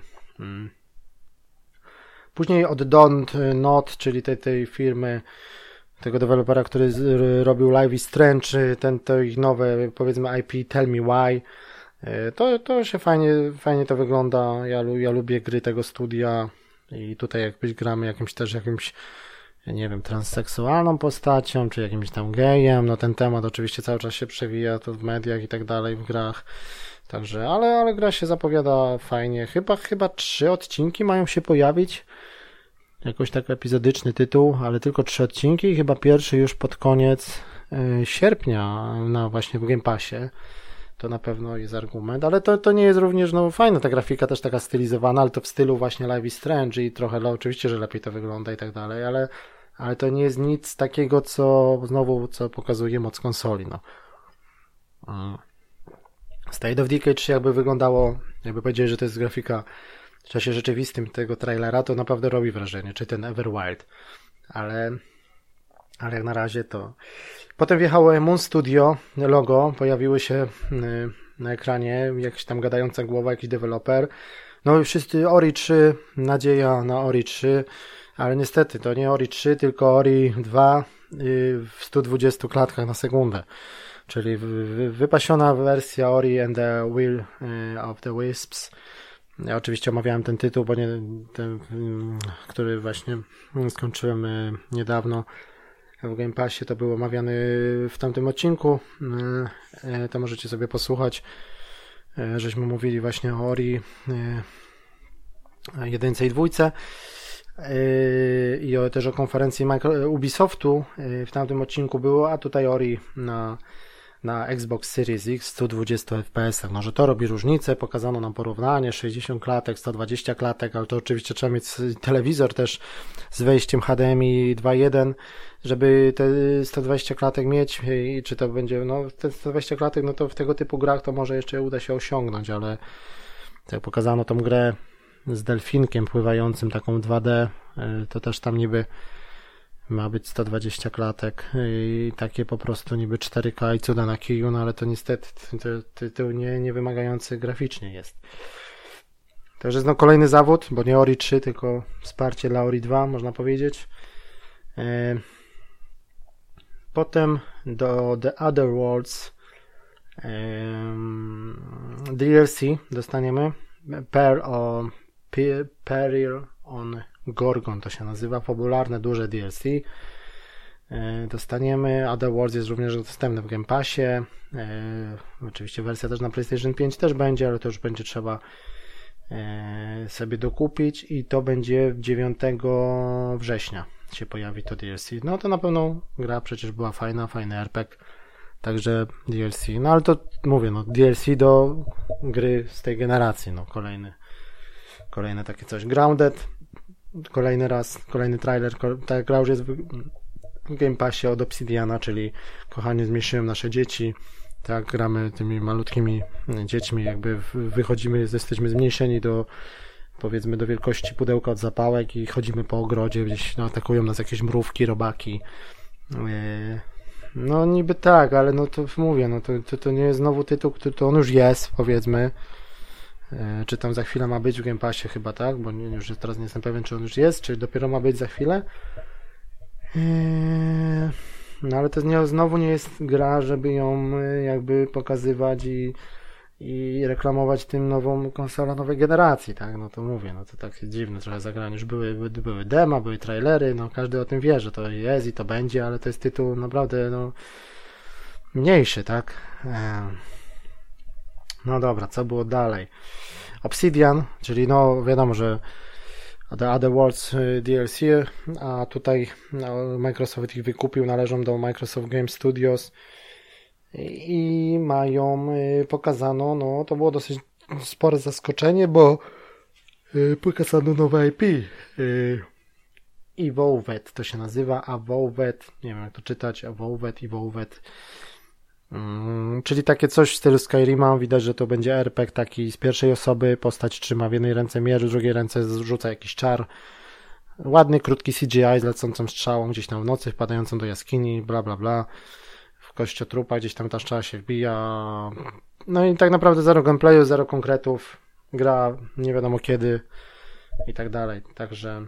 Później od Don't Not, czyli tej firmy, tego dewelopera, który robił Life is Strange, to ich nowe, powiedzmy IP Tell Me Why, to się fajnie to wygląda. Ja lubię gry tego studia i tutaj jakbyś gramy jakimś nie wiem, transseksualną postacią, czy jakimś tam gejem, no ten temat oczywiście cały czas się przewija to w mediach i tak dalej, w grach. Także, ale gra się zapowiada fajnie. Chyba 3 odcinki mają się pojawić. Jakoś tak epizodyczny tytuł, ale tylko 3 odcinki i chyba pierwszy już pod koniec sierpnia właśnie w Game Passie. To na pewno jest argument, ale to nie jest również, no fajna ta grafika, też taka stylizowana, ale to w stylu właśnie Life is Strange i trochę, oczywiście, że lepiej to wygląda i tak dalej, ale to nie jest nic takiego, co pokazuje moc konsoli, no. State of Decay 3 jakby wyglądało, jakby powiedzieli, że to jest grafika w czasie rzeczywistym tego trailera, to naprawdę robi wrażenie, czy ten Everwild, ale jak na razie to... Potem wjechało Moon Studio, logo, pojawiły się na ekranie, jakaś tam gadająca głowa, jakiś deweloper, no i wszyscy Ori 3, nadzieja na Ori 3, ale niestety to nie Ori 3, tylko Ori 2 w 120 klatkach na sekundę. Czyli wypasiona wersja Ori and the Will of the Wisps. Ja oczywiście omawiałem ten tytuł, bo który właśnie skończyłem niedawno w Game Passie, to był omawiany w tamtym odcinku. To możecie sobie posłuchać. Żeśmy mówili właśnie o Ori 1 i 2 i też o konferencji Ubisoftu w tamtym odcinku było, a tutaj Ori na Xbox Series X 120 FPS. No, że to robi różnicę, pokazano nam porównanie 60 klatek, 120 klatek, ale to oczywiście trzeba mieć telewizor też z wejściem HDMI 2.1, żeby te 120 klatek mieć i czy to będzie, no te 120 klatek, no to w tego typu grach to może jeszcze uda się osiągnąć, ale tak pokazano tą grę z delfinkiem pływającym, taką 2D, to też tam niby ma być 120 klatek i takie po prostu niby 4K i cuda na kiju, no ale to niestety tytuł nie wymagający graficznie jest. Także jest no kolejny zawód, bo nie Ori 3, tylko wsparcie dla Ori 2, można powiedzieć. Potem do The Other Worlds DLC dostaniemy. Peril on Gorgon to się nazywa, fabularne, duże DLC. Dostaniemy. Other Worlds jest również dostępny w Game Passie. Oczywiście wersja też na PlayStation 5 też będzie, ale to już będzie trzeba sobie dokupić i to będzie 9 września się pojawi to DLC. No to na pewno gra przecież była fajna, fajny RPG, także DLC. No ale to mówię, no DLC do gry z tej generacji, no kolejne takie coś. Grounded, kolejny trailer, ta gra już jest w Game Passie od Obsidiana, czyli kochanie, zmniejszyłem nasze dzieci. Tak, gramy tymi malutkimi dziećmi, jakby wychodzimy, jesteśmy zmniejszeni do, powiedzmy, do wielkości pudełka od zapałek i chodzimy po ogrodzie, gdzieś atakują nas jakieś mrówki, robaki. No niby tak, ale no to mówię, no to nie jest znowu tytuł, to on już jest, powiedzmy. Czy tam za chwilę ma być w Game Passie chyba, tak? Bo już teraz nie jestem pewien, czy on już jest, czy dopiero ma być za chwilę. No ale to znowu nie jest gra, żeby ją jakby pokazywać i reklamować tym nową konsolę nowej generacji, tak? No to mówię, no to tak jest dziwne trochę zagranie. Już były dema, były trailery, no każdy o tym wie, że to jest i to będzie, ale to jest tytuł naprawdę no mniejszy, tak? No dobra, co było dalej? Obsidian, czyli no wiadomo, że The Other Worlds DLC, a tutaj Microsoft ich wykupił, należą do Microsoft Game Studios i mają pokazano, no to było dosyć spore zaskoczenie, bo pokazano nowe IP. Evolved to się nazywa, Evolved, nie wiem jak to czytać, Evolved. Czyli takie coś w stylu Skyrima, widać, że to będzie RPG taki z pierwszej osoby, postać trzyma w jednej ręce miecz, w drugiej ręce rzuca jakiś czar. Ładny, krótki CGI z lecącą strzałą gdzieś tam w nocy, wpadającą do jaskini, bla bla bla. W kościotrupa gdzieś tam ta strzała się wbija. No i tak naprawdę zero gameplayu, zero konkretów. Gra nie wiadomo kiedy i tak dalej. Także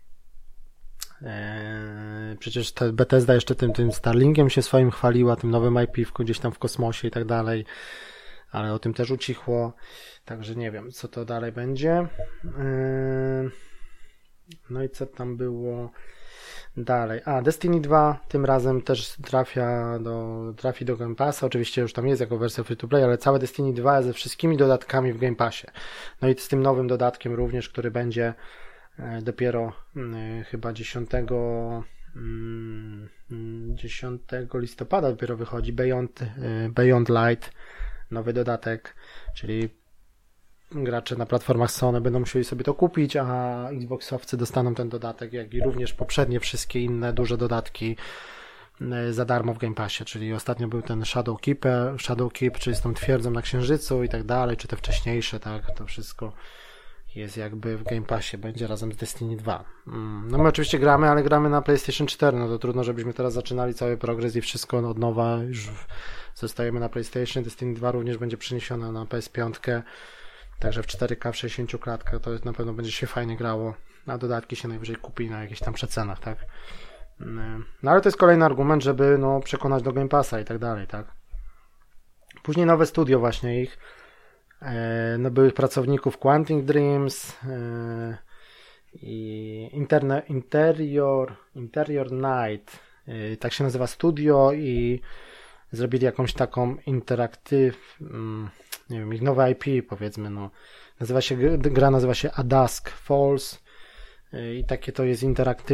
przecież Bethesda jeszcze tym Starlinkiem się swoim chwaliła, tym nowym IP gdzieś tam w kosmosie i tak dalej, ale o tym też ucichło, także nie wiem co to dalej będzie. No i co tam było dalej? Destiny 2 tym razem też trafi do Game Passa, oczywiście już tam jest jako wersja free to play, ale całe Destiny 2 ze wszystkimi dodatkami w Game Passie, no i z tym nowym dodatkiem również, który będzie dopiero chyba 10 listopada dopiero wychodzi Beyond Light, nowy dodatek, czyli gracze na platformach Sony będą musieli sobie to kupić, a Xboxowcy dostaną ten dodatek, jak i również poprzednie wszystkie inne duże dodatki za darmo w Game Passie, czyli ostatnio był ten Shadowkeep, czyli z tą twierdzą na Księżycu i tak dalej, czy te wcześniejsze, tak, to wszystko jest jakby w Game Passie, będzie razem z Destiny 2. No my oczywiście gramy, ale gramy na PlayStation 4, no to trudno, żebyśmy teraz zaczynali cały progres i wszystko od nowa, już zostajemy na PlayStation, Destiny 2 również będzie przeniesione na PS5, także w 4K, w 60 klatkach to na pewno będzie się fajnie grało, a dodatki się najwyżej kupi na jakichś tam przecenach, tak? No ale to jest kolejny argument, żeby no przekonać do Game Passa i tak dalej, tak? Później nowe studio właśnie ich, no byłych pracowników Quantic Dreams i Interior Night, tak się nazywa studio, i zrobili jakąś taką nie wiem, ich nowe IP, powiedzmy, no gra nazywa się A Dusk Falls i takie to jest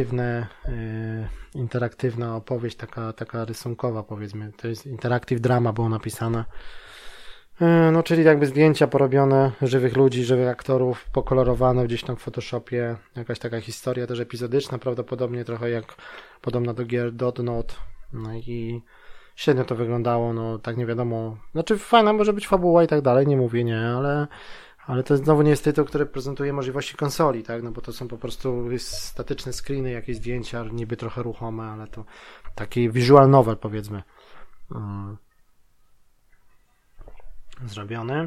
interaktywna opowieść, taka rysunkowa, powiedzmy, to jest interactive drama było napisane. No, czyli jakby zdjęcia porobione żywych ludzi, żywych aktorów, pokolorowane gdzieś tam w Photoshopie, jakaś taka historia też epizodyczna, prawdopodobnie trochę jak podobna do gier Dot Note, no i średnio to wyglądało, no tak nie wiadomo, znaczy fajna może być fabuła i tak dalej, nie mówię nie, ale to znowu nie jest tytuł, który prezentuje możliwości konsoli, tak, no bo to są po prostu statyczne screeny, jakieś zdjęcia, niby trochę ruchome, ale to taki visual novel, powiedzmy. Zrobiony.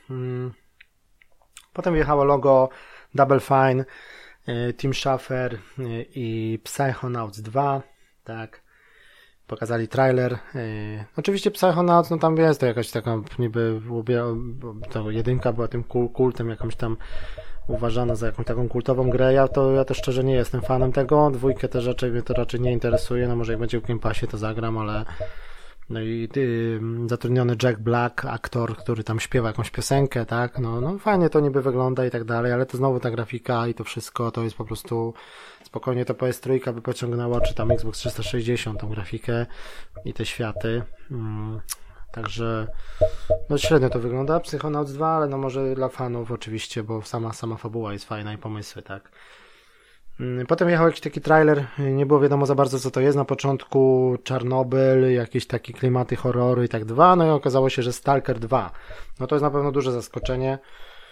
Potem wjechało logo Double Fine, Tim Schafer i Psychonauts 2, tak. Pokazali trailer. Oczywiście Psychonauts, no tam jest to jakaś taka niby to jedynka była tym kultem, jakąś tam uważana za jakąś taką kultową grę. Ja też szczerze nie jestem fanem tego. Dwójkę też mnie to raczej nie interesuje. No może jak będzie w Game Passie to zagram, ale no i zatrudniony Jack Black, aktor, który tam śpiewa jakąś piosenkę, tak? No fajnie to niby wygląda i tak dalej, ale to znowu ta grafika i to wszystko to jest po prostu spokojnie to PS3 by pociągnęła, czy tam Xbox 360 tą grafikę i te światy. Także no średnio to wygląda Psychonauts 2, ale no może dla fanów oczywiście, bo sama fabuła jest fajna i pomysły, tak. Potem jechał jakiś taki trailer, nie było wiadomo za bardzo co to jest, na początku Czarnobyl, jakieś takie klimaty horroru i tak 2, no i okazało się, że Stalker 2. No to jest na pewno duże zaskoczenie,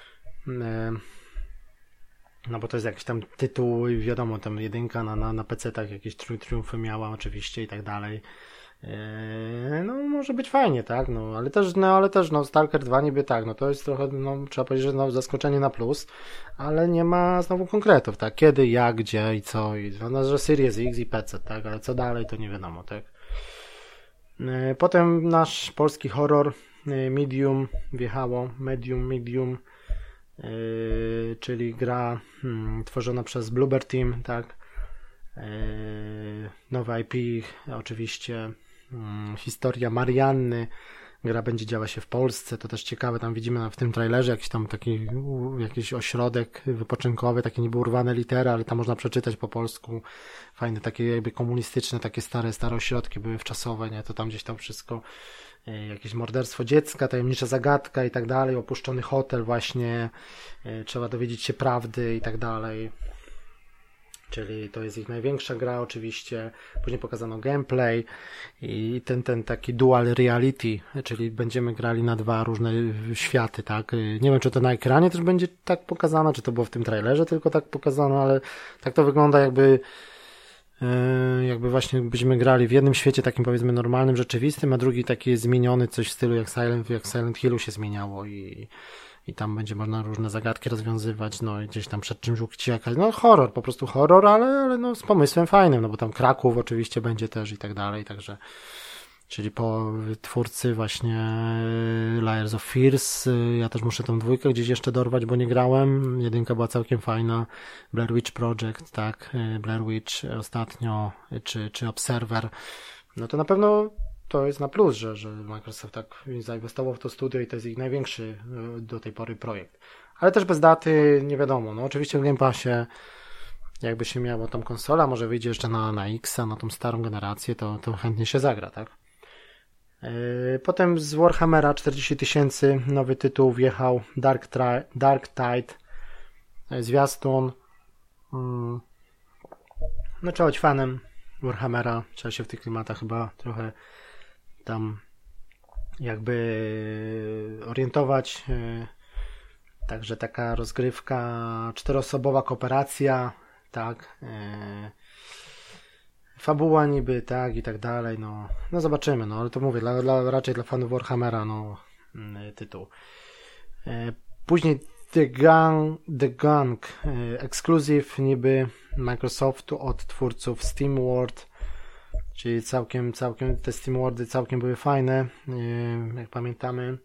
no bo to jest jakiś tam tytuł, wiadomo, tam jedynka na PC-tach jakieś triumfy miała oczywiście i tak dalej. No może być fajnie, tak, no ale też Stalker 2 niby tak, no to jest trochę, no trzeba powiedzieć, że zaskoczenie na plus, ale nie ma znowu konkretów, tak, kiedy, jak, gdzie i co, że Series X i PC, tak, ale co dalej to nie wiadomo, tak. Potem nasz polski horror Medium wjechało, Medium, czyli gra tworzona przez Bloober Team, tak, nowe IP oczywiście, historia Marianny, gra będzie działa się w Polsce, to też ciekawe, tam widzimy w tym trailerze jakiś ośrodek wypoczynkowy, takie niby urwane litery, ale tam można przeczytać po polsku, fajne takie jakby komunistyczne, takie stare ośrodki były wczasowe, nie, to tam gdzieś tam wszystko, jakieś morderstwo dziecka, tajemnicza zagadka i tak dalej, opuszczony hotel właśnie, trzeba dowiedzieć się prawdy i tak dalej. Czyli to jest ich największa gra oczywiście, później pokazano gameplay i ten taki dual reality, czyli będziemy grali na dwa różne światy, tak? Nie wiem, czy to na ekranie też będzie tak pokazane, czy to było w tym trailerze tylko tak pokazane, ale tak to wygląda jakby właśnie byśmy grali w jednym świecie takim powiedzmy normalnym, rzeczywistym, a drugi taki jest zmieniony, coś w stylu jak Silent Hillu się zmieniało i tam będzie można różne zagadki rozwiązywać, no i gdzieś tam przed czymś uciekać, no horror, po prostu horror, ale no z pomysłem fajnym, no bo tam Kraków oczywiście będzie też i tak dalej, także czyli po twórcy właśnie Layers of Fears, ja też muszę tą dwójkę gdzieś jeszcze dorwać, bo nie grałem, jedynka była całkiem fajna, Blair Witch Project, tak, Blair Witch ostatnio, czy Observer, no to na pewno to jest na plus, że Microsoft tak zainwestował w to studio i to jest ich największy do tej pory projekt. Ale też bez daty nie wiadomo. No oczywiście w Game Passie jakby się miało tą konsolę, może wyjdzie jeszcze na X-a, na tą starą generację, to chętnie się zagra, tak? Potem z Warhammera 40 000 nowy tytuł wjechał, Dark Tide, zwiastun. No trzeba być fanem Warhammera, trzeba się w tych klimatach chyba trochę tam jakby orientować. Także taka rozgrywka, 4-osobowa kooperacja, tak, fabuła niby, tak i tak dalej, no zobaczymy, no ale to mówię, raczej dla fanów Warhammera, no tytuł. Później The Gang Exclusive niby Microsoftu od twórców SteamWorld, czyli całkiem te SteamWorldy całkiem były fajne, jak pamiętamy.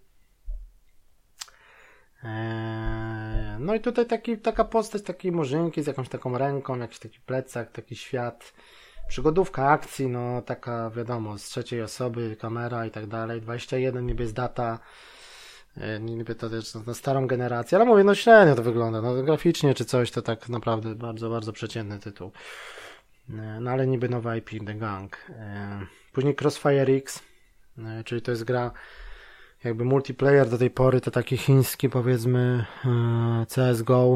No i tutaj taka postać takiej murzynki z jakąś taką ręką, jakiś taki plecak, taki świat, przygodówka akcji, no taka wiadomo, z trzeciej osoby, kamera i tak dalej, 21 niby jest data, niby to też na starą generację, ale mówię, no średnio to wygląda, no graficznie czy coś, to tak naprawdę bardzo, bardzo przeciętny tytuł. No ale niby nowa IP, The Gang. Później Crossfire X, czyli to jest gra jakby multiplayer do tej pory, to taki chiński powiedzmy CSGO.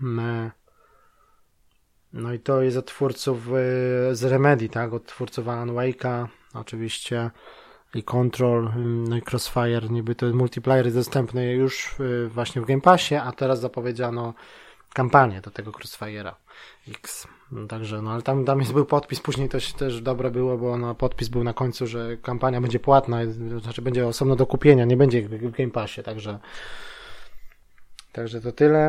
No i to jest od twórców z Remedy, tak? Od twórców Alan Wake'a oczywiście i Control, no i Crossfire, niby to multiplayer jest dostępny już właśnie w Game Passie, a teraz zapowiedziano kampanię do tego Crossfire'a X. No, także, no ale tam był podpis, później to też dobre było, bo podpis był na końcu, że kampania będzie płatna, znaczy będzie osobno do kupienia, nie będzie w Game Passie, także to tyle.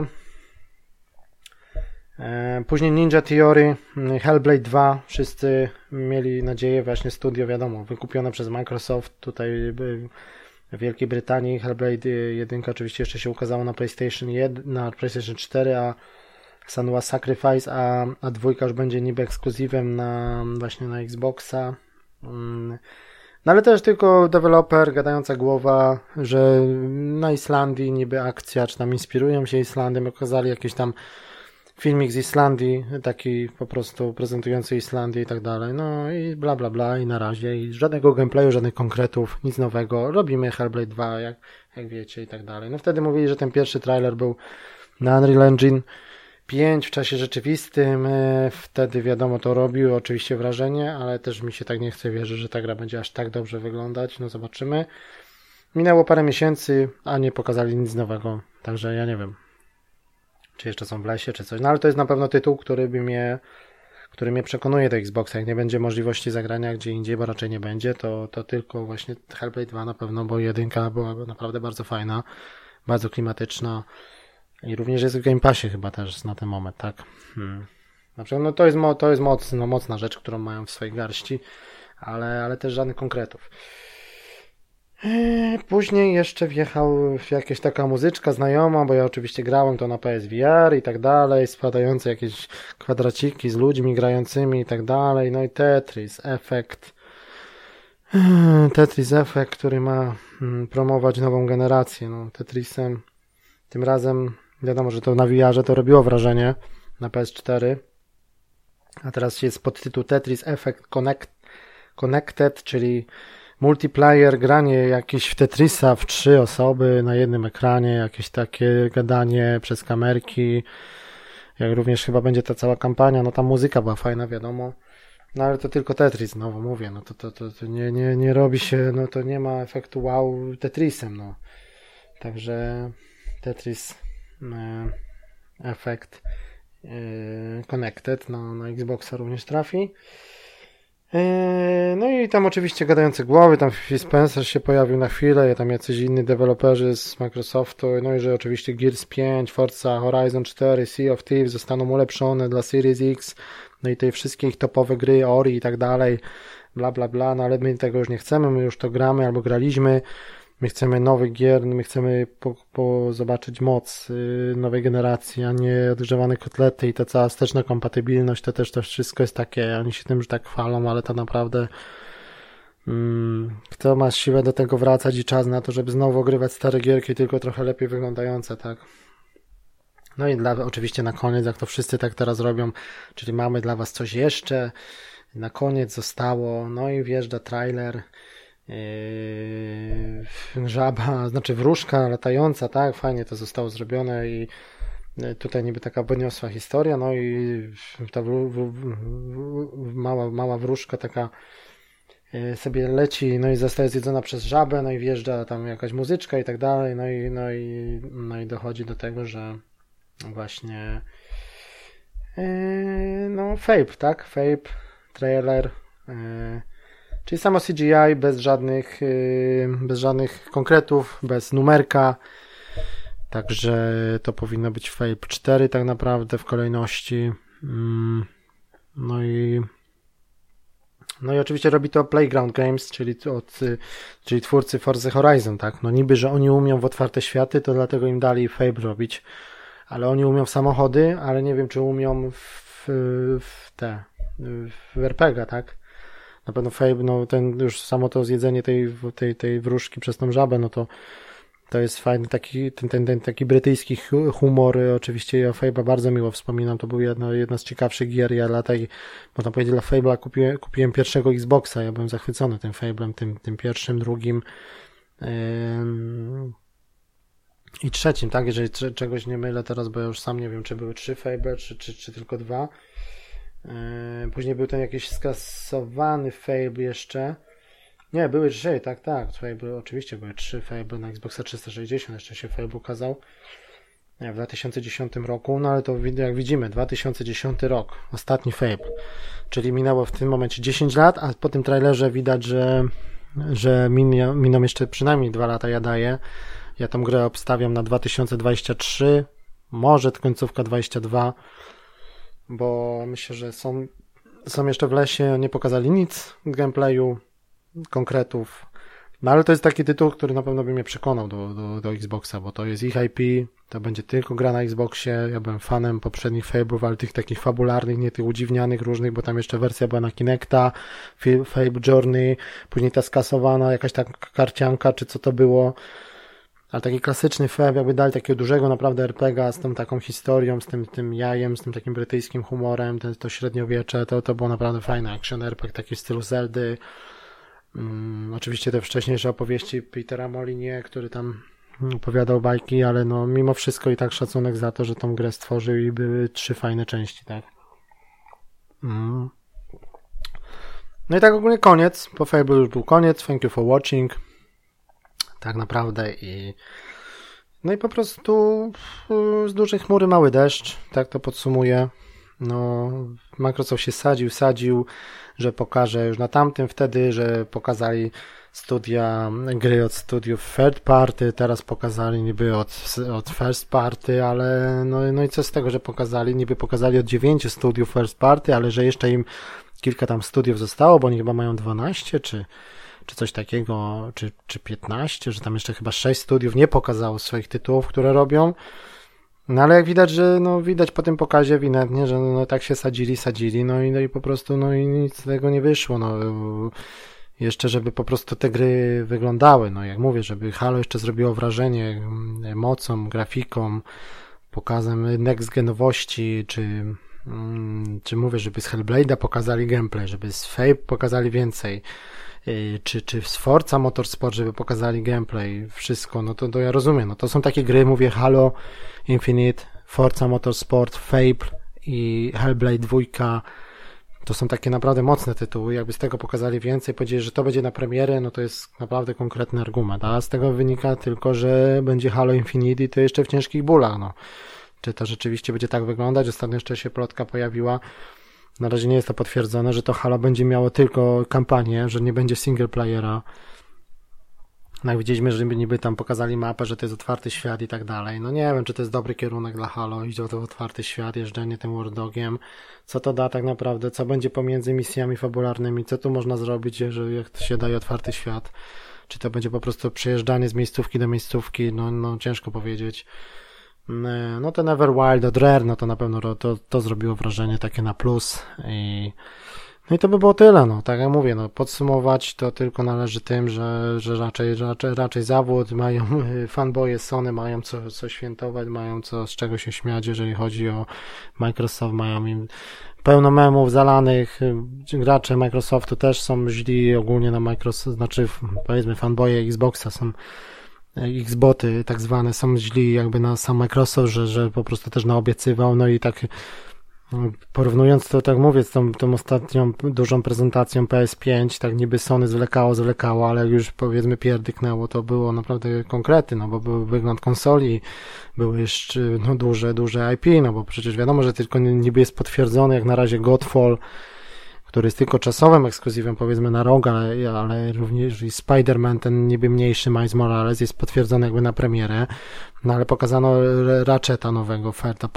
Później Ninja Theory, Hellblade 2, wszyscy mieli nadzieję, właśnie studio, wiadomo, wykupione przez Microsoft, tutaj W Wielkiej Brytanii Hellblade 1 oczywiście jeszcze się ukazało na PlayStation 1, na PlayStation 4, a Senua's Sacrifice, a dwójka już będzie niby ekskluzywem właśnie na Xboxa. No ale też tylko deweloper, gadająca głowa, że na Islandii niby akcja, czy tam inspirują się Islandią, okazali jakiś tam filmik z Islandii, taki po prostu prezentujący Islandię i tak dalej, no i bla bla bla i na razie i żadnego gameplayu, żadnych konkretów, nic nowego, robimy Hellblade 2 jak wiecie i tak dalej. No wtedy mówili, że ten pierwszy trailer był na Unreal Engine 5 w czasie rzeczywistym, wtedy wiadomo to robiło oczywiście wrażenie, ale też mi się tak nie chce wierzyć, że ta gra będzie aż tak dobrze wyglądać, no zobaczymy. Minęło parę miesięcy, a nie pokazali nic nowego, także ja nie wiem, czy jeszcze są w lesie, czy coś, no ale to jest na pewno tytuł, który mnie przekonuje do Xboxa, jak nie będzie możliwości zagrania gdzie indziej, bo raczej nie będzie, to tylko właśnie Hellblade 2 na pewno, bo jedynka była naprawdę bardzo fajna, bardzo klimatyczna. I również jest w Game Passie chyba też na ten moment, tak? Na przykład, no to jest mocna rzecz, którą mają w swojej garści, ale też żadnych konkretów. Później jeszcze wjechał jakaś taka muzyczka znajoma, bo ja oczywiście grałem to na PSVR i tak dalej, spadające jakieś kwadraciki z ludźmi grającymi i tak dalej, no i Tetris Effect, który ma promować nową generację, no Tetrisem, tym razem wiadomo, że to na VR-ze to robiło wrażenie na PS4, a teraz jest podtytuł Tetris Effect Connected, czyli multiplayer, granie jakieś w Tetrisa w 3 osoby na jednym ekranie, jakieś takie gadanie przez kamerki, jak również chyba będzie ta cała kampania, no tam muzyka była fajna, wiadomo, no ale to tylko Tetris, znowu mówię, no to nie robi się, no to nie ma efektu wow Tetrisem, no, także Tetris Effect Connected na Xboxa również trafi. No i tam oczywiście gadające głowy, tam Phil Spencer się pojawił na chwilę, tam jacyś inni deweloperzy z Microsoftu, no i że oczywiście Gears 5, Forza Horizon 4, Sea of Thieves zostaną ulepszone dla Series X, no i te wszystkie ich topowe gry, Ori i tak dalej, bla bla bla, no ale my tego już nie chcemy, my już to gramy albo graliśmy. My chcemy nowych gier, my chcemy zobaczyć moc nowej generacji, a nie odgrzewane kotlety i ta cała wsteczna kompatybilność, to też to wszystko jest takie, oni się tym, że tak chwalą, ale to naprawdę kto ma siłę do tego wracać i czas na to, żeby znowu ogrywać stare gierki, tylko trochę lepiej wyglądające, tak? No i oczywiście na koniec, jak to wszyscy tak teraz robią, czyli mamy dla was coś jeszcze, na koniec zostało, no i wjeżdża trailer, żaba, znaczy wróżka latająca, tak, fajnie to zostało zrobione i tutaj niby taka poniosła historia, no i ta mała wróżka taka sobie leci, no i zostaje zjedzona przez żabę, no i wjeżdża tam jakaś muzyczka i tak dalej, no i dochodzi do tego, że właśnie no Fable, tak, Fable, trailer, czyli samo CGI bez żadnych konkretów, bez numerka. Także to powinno być Fable 4 tak naprawdę w kolejności. No i oczywiście robi to Playground Games, czyli twórcy Forza Horizon, tak? No niby, że oni umią w otwarte światy, to dlatego im dali Fable robić. Ale oni umią w samochody, ale nie wiem, czy umią w RPG, tak? Na pewno Fable, no ten już samo to zjedzenie tej wróżki przez tą żabę, no to jest fajny taki, ten taki brytyjski humor, oczywiście ja Fable'a bardzo miło wspominam, to był jedna z ciekawszych gier, ja można powiedzieć dla Fable'a kupiłem pierwszego Xboxa, ja byłem zachwycony tym Fable'em, tym pierwszym, drugim i trzecim, tak, jeżeli czegoś nie mylę teraz, bo ja już sam nie wiem, czy były 3 Fable, czy tylko 2. Później był ten jakiś skasowany Fable jeszcze. Nie, były 3, tak. Fable, oczywiście były 3 Fable na Xboxa 360, jeszcze się Fable ukazał w 2010 roku, no ale to jak widzimy, 2010 rok, ostatni Fable, czyli minęło w tym momencie 10 lat, a po tym trailerze widać, że miną jeszcze przynajmniej 2 lata, ja tą grę obstawiam na 2023, może końcówka 22, bo myślę, że są jeszcze w lesie, nie pokazali nic z gameplayu, konkretów, No ale to jest taki tytuł, który na pewno by mnie przekonał do Xboxa, bo to jest ich IP, to będzie tylko gra na Xboxie. Ja byłem fanem poprzednich Fable'ów, ale tych takich fabularnych, nie tych udziwnianych różnych, bo tam jeszcze wersja była na Kinecta, Fable Journey, później ta skasowana jakaś ta karcianka, czy co to było. Ale taki klasyczny Fab, jakby dali takiego dużego naprawdę RPGa z tą taką historią, z tym jajem, z tym takim brytyjskim humorem, to średniowiecze, to było naprawdę fajne. Action RPG taki w stylu Zeldy. Oczywiście te wcześniejsze opowieści Petera Molinie, który tam opowiadał bajki, ale no mimo wszystko i tak szacunek za to, że tą grę stworzył i były 3 fajne części, tak? No i tak ogólnie koniec. Po Fable już był koniec. Thank you for watching. Tak naprawdę no i po prostu z dużej chmury mały deszcz, tak to podsumuję. No, Microsoft się sadził, że pokaże już na tamtym wtedy, że pokazali gry od studiów third party, teraz pokazali niby od first party, ale no i co z tego, że niby pokazali od 9 studiów first party, ale że jeszcze im kilka tam studiów zostało, bo oni chyba mają 12 czy coś takiego, czy 15, że tam jeszcze chyba 6 studiów nie pokazało swoich tytułów, które robią. No ale jak widać, że widać po tym pokazie ewidentnie, że tak się sadzili, no i po prostu no i nic z tego nie wyszło. No jeszcze żeby po prostu te gry wyglądały, no jak mówię, żeby Halo jeszcze zrobiło wrażenie mocą, grafiką, pokazem next genowości, czy mówię, żeby z Hellblade'a pokazali gameplay, żeby z Fable pokazali więcej, czy z Forza Motorsport, żeby pokazali gameplay, wszystko, no to ja rozumiem, no to są takie gry, mówię, Halo Infinite, Forza Motorsport, Fable i Hellblade 2, to są takie naprawdę mocne tytuły, jakby z tego pokazali więcej, powiedzieli, że to będzie na premierę, no to jest naprawdę konkretny argument, a z tego wynika tylko, że będzie Halo Infinite i to jeszcze w ciężkich bólach, no. Czy to rzeczywiście będzie tak wyglądać? Ostatnio jeszcze się plotka pojawiła, na razie nie jest to potwierdzone, że to Halo będzie miało tylko kampanię, że nie będzie single playera. No jak widzieliśmy, że niby tam pokazali mapę, że to jest otwarty świat i tak dalej. No nie wiem, czy to jest dobry kierunek dla Halo, iść w otwarty świat, jeżdżenie tym War Dogiem. Co to da tak naprawdę? Co będzie pomiędzy misjami fabularnymi? Co tu można zrobić, jeżeli jak się daje otwarty świat? Czy to będzie po prostu przejeżdżanie z miejscówki do miejscówki? No ciężko powiedzieć. No ten Everwild od Rare, no to na pewno to zrobiło wrażenie takie na plus no i to by było tyle, no tak jak mówię, no podsumować to tylko należy tym, że raczej zawód, mają fanboye Sony, mają co świętować, mają z czego się śmiać, jeżeli chodzi o Microsoft, mają im pełno memów zalanych, gracze Microsoftu też są źli, ogólnie na Microsoft, znaczy powiedzmy fanboye Xboxa są Xboty tak zwane są źli jakby na sam Microsoft, że po prostu też naobiecywał, no i tak porównując to, tak mówię, z tą ostatnią dużą prezentacją PS5, tak niby Sony zwlekało, ale już powiedzmy pierdyknęło, to było naprawdę konkrety, no bo był wygląd konsoli, były jeszcze duże IP, no bo przecież wiadomo, że tylko niby jest potwierdzony jak na razie Godfall, który jest tylko czasowym ekskluzywem, powiedzmy na rok, ale również i Spider-Man, ten niby mniejszy Miles Morales jest potwierdzony jakby na premierę, no ale pokazano Ratcheta nowego,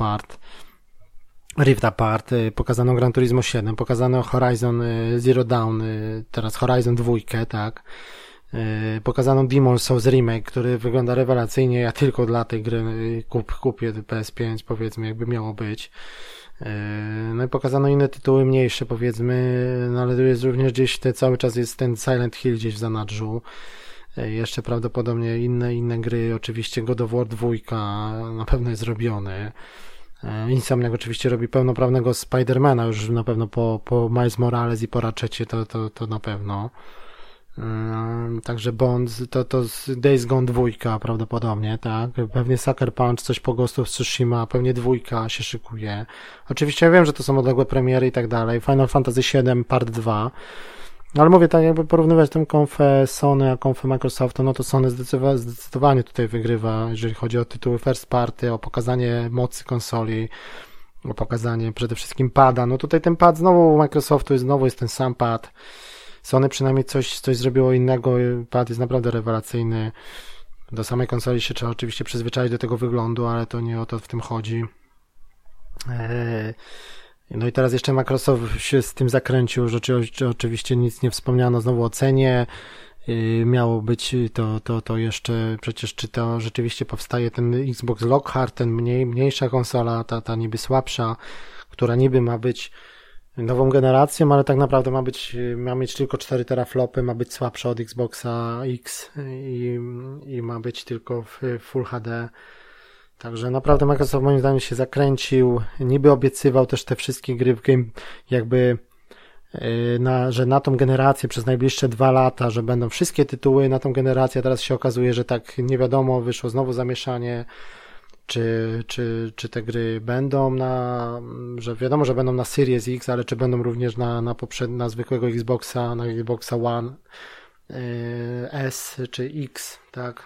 Rift Apart, pokazano Gran Turismo 7, pokazano Horizon Zero Dawn, teraz Horizon 2, tak, pokazano Demon's Souls Remake, który wygląda rewelacyjnie, ja tylko dla tej gry kupię PS5, powiedzmy, jakby miało być. No i pokazano inne tytuły mniejsze, powiedzmy, no ale tu jest również gdzieś cały czas jest ten Silent Hill gdzieś w zanadrzu. Jeszcze prawdopodobnie inne gry, oczywiście God of War 2 na pewno jest robiony. Insomniac oczywiście robi pełnoprawnego Spidermana już na pewno po Miles Morales i po Ratchetie, to na pewno. Także Bond, to Days Gone 2 prawdopodobnie, tak? Pewnie Sucker Punch, coś po Ghost of Tsushima, pewnie 2 się szykuje. Oczywiście ja wiem, że to są odległe premiery i tak dalej. Final Fantasy VII Part 2. Ale mówię, tak jakby porównywać tę konfę Sony a konfę Microsoftu, no to Sony zdecydowanie tutaj wygrywa, jeżeli chodzi o tytuły first party, o pokazanie mocy konsoli, o pokazanie przede wszystkim pada. No tutaj ten pad znowu u Microsoftu znowu jest ten sam pad. Sony przynajmniej coś zrobiło innego, pad jest naprawdę rewelacyjny. Do samej konsoli się trzeba oczywiście przyzwyczaić do tego wyglądu, ale to nie o to w tym chodzi. No i teraz jeszcze Microsoft się z tym zakręcił, że oczywiście nic nie wspomniano znowu o cenie. miało być to jeszcze, przecież czy to rzeczywiście powstaje ten Xbox Lockhart, ten mniejsza konsola, ta niby słabsza, która niby ma być nową generacją, ale tak naprawdę ma mieć tylko 4 teraflopy, ma być słabsza od Xboxa X i ma być tylko w Full HD. Także naprawdę Microsoft moim zdaniem się zakręcił, niby obiecywał też te wszystkie gry w game, jakby że na tą generację przez najbliższe 2 lata, że będą wszystkie tytuły na tą generację, a teraz się okazuje, że tak nie wiadomo, wyszło znowu zamieszanie, czy te gry będą że wiadomo, że będą na Series X, ale czy będą również na zwykłego Xboxa, na Xboxa One S czy X, tak?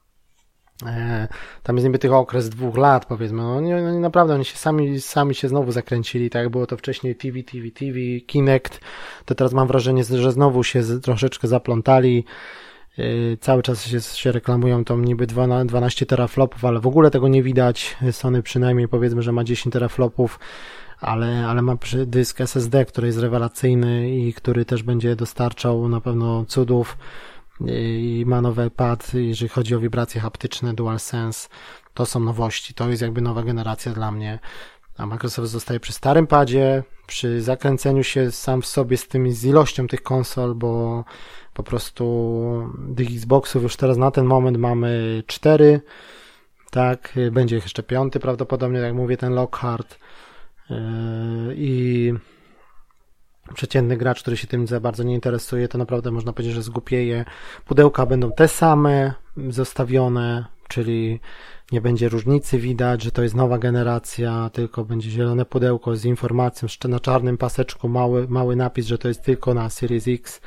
Tam jest niby tych okres 2 lat, powiedzmy. No, naprawdę oni się sami się znowu zakręcili, tak jak było to wcześniej TV, Kinect, to teraz mam wrażenie, że znowu się troszeczkę zaplątali. Cały czas się reklamują tą niby 12 teraflopów, ale w ogóle tego nie widać. Sony przynajmniej powiedzmy, że ma 10 teraflopów, ale ma dysk SSD, który jest rewelacyjny i który też będzie dostarczał na pewno cudów. I ma nowy pad, jeżeli chodzi o wibracje haptyczne, DualSense, to są nowości, to jest jakby nowa generacja dla mnie, a Microsoft zostaje przy starym padzie, przy zakręceniu się sam w sobie z ilością tych konsol, bo po prostu tych Xboxów już teraz na ten moment mamy 4, tak, będzie jeszcze 5 prawdopodobnie, jak mówię, ten Lockhart i przeciętny gracz, który się tym za bardzo nie interesuje, to naprawdę można powiedzieć, że zgłupieje. Pudełka będą te same zostawione, czyli nie będzie różnicy widać, że to jest nowa generacja, tylko będzie zielone pudełko z informacją na czarnym paseczku, mały napis, że to jest tylko na Series X,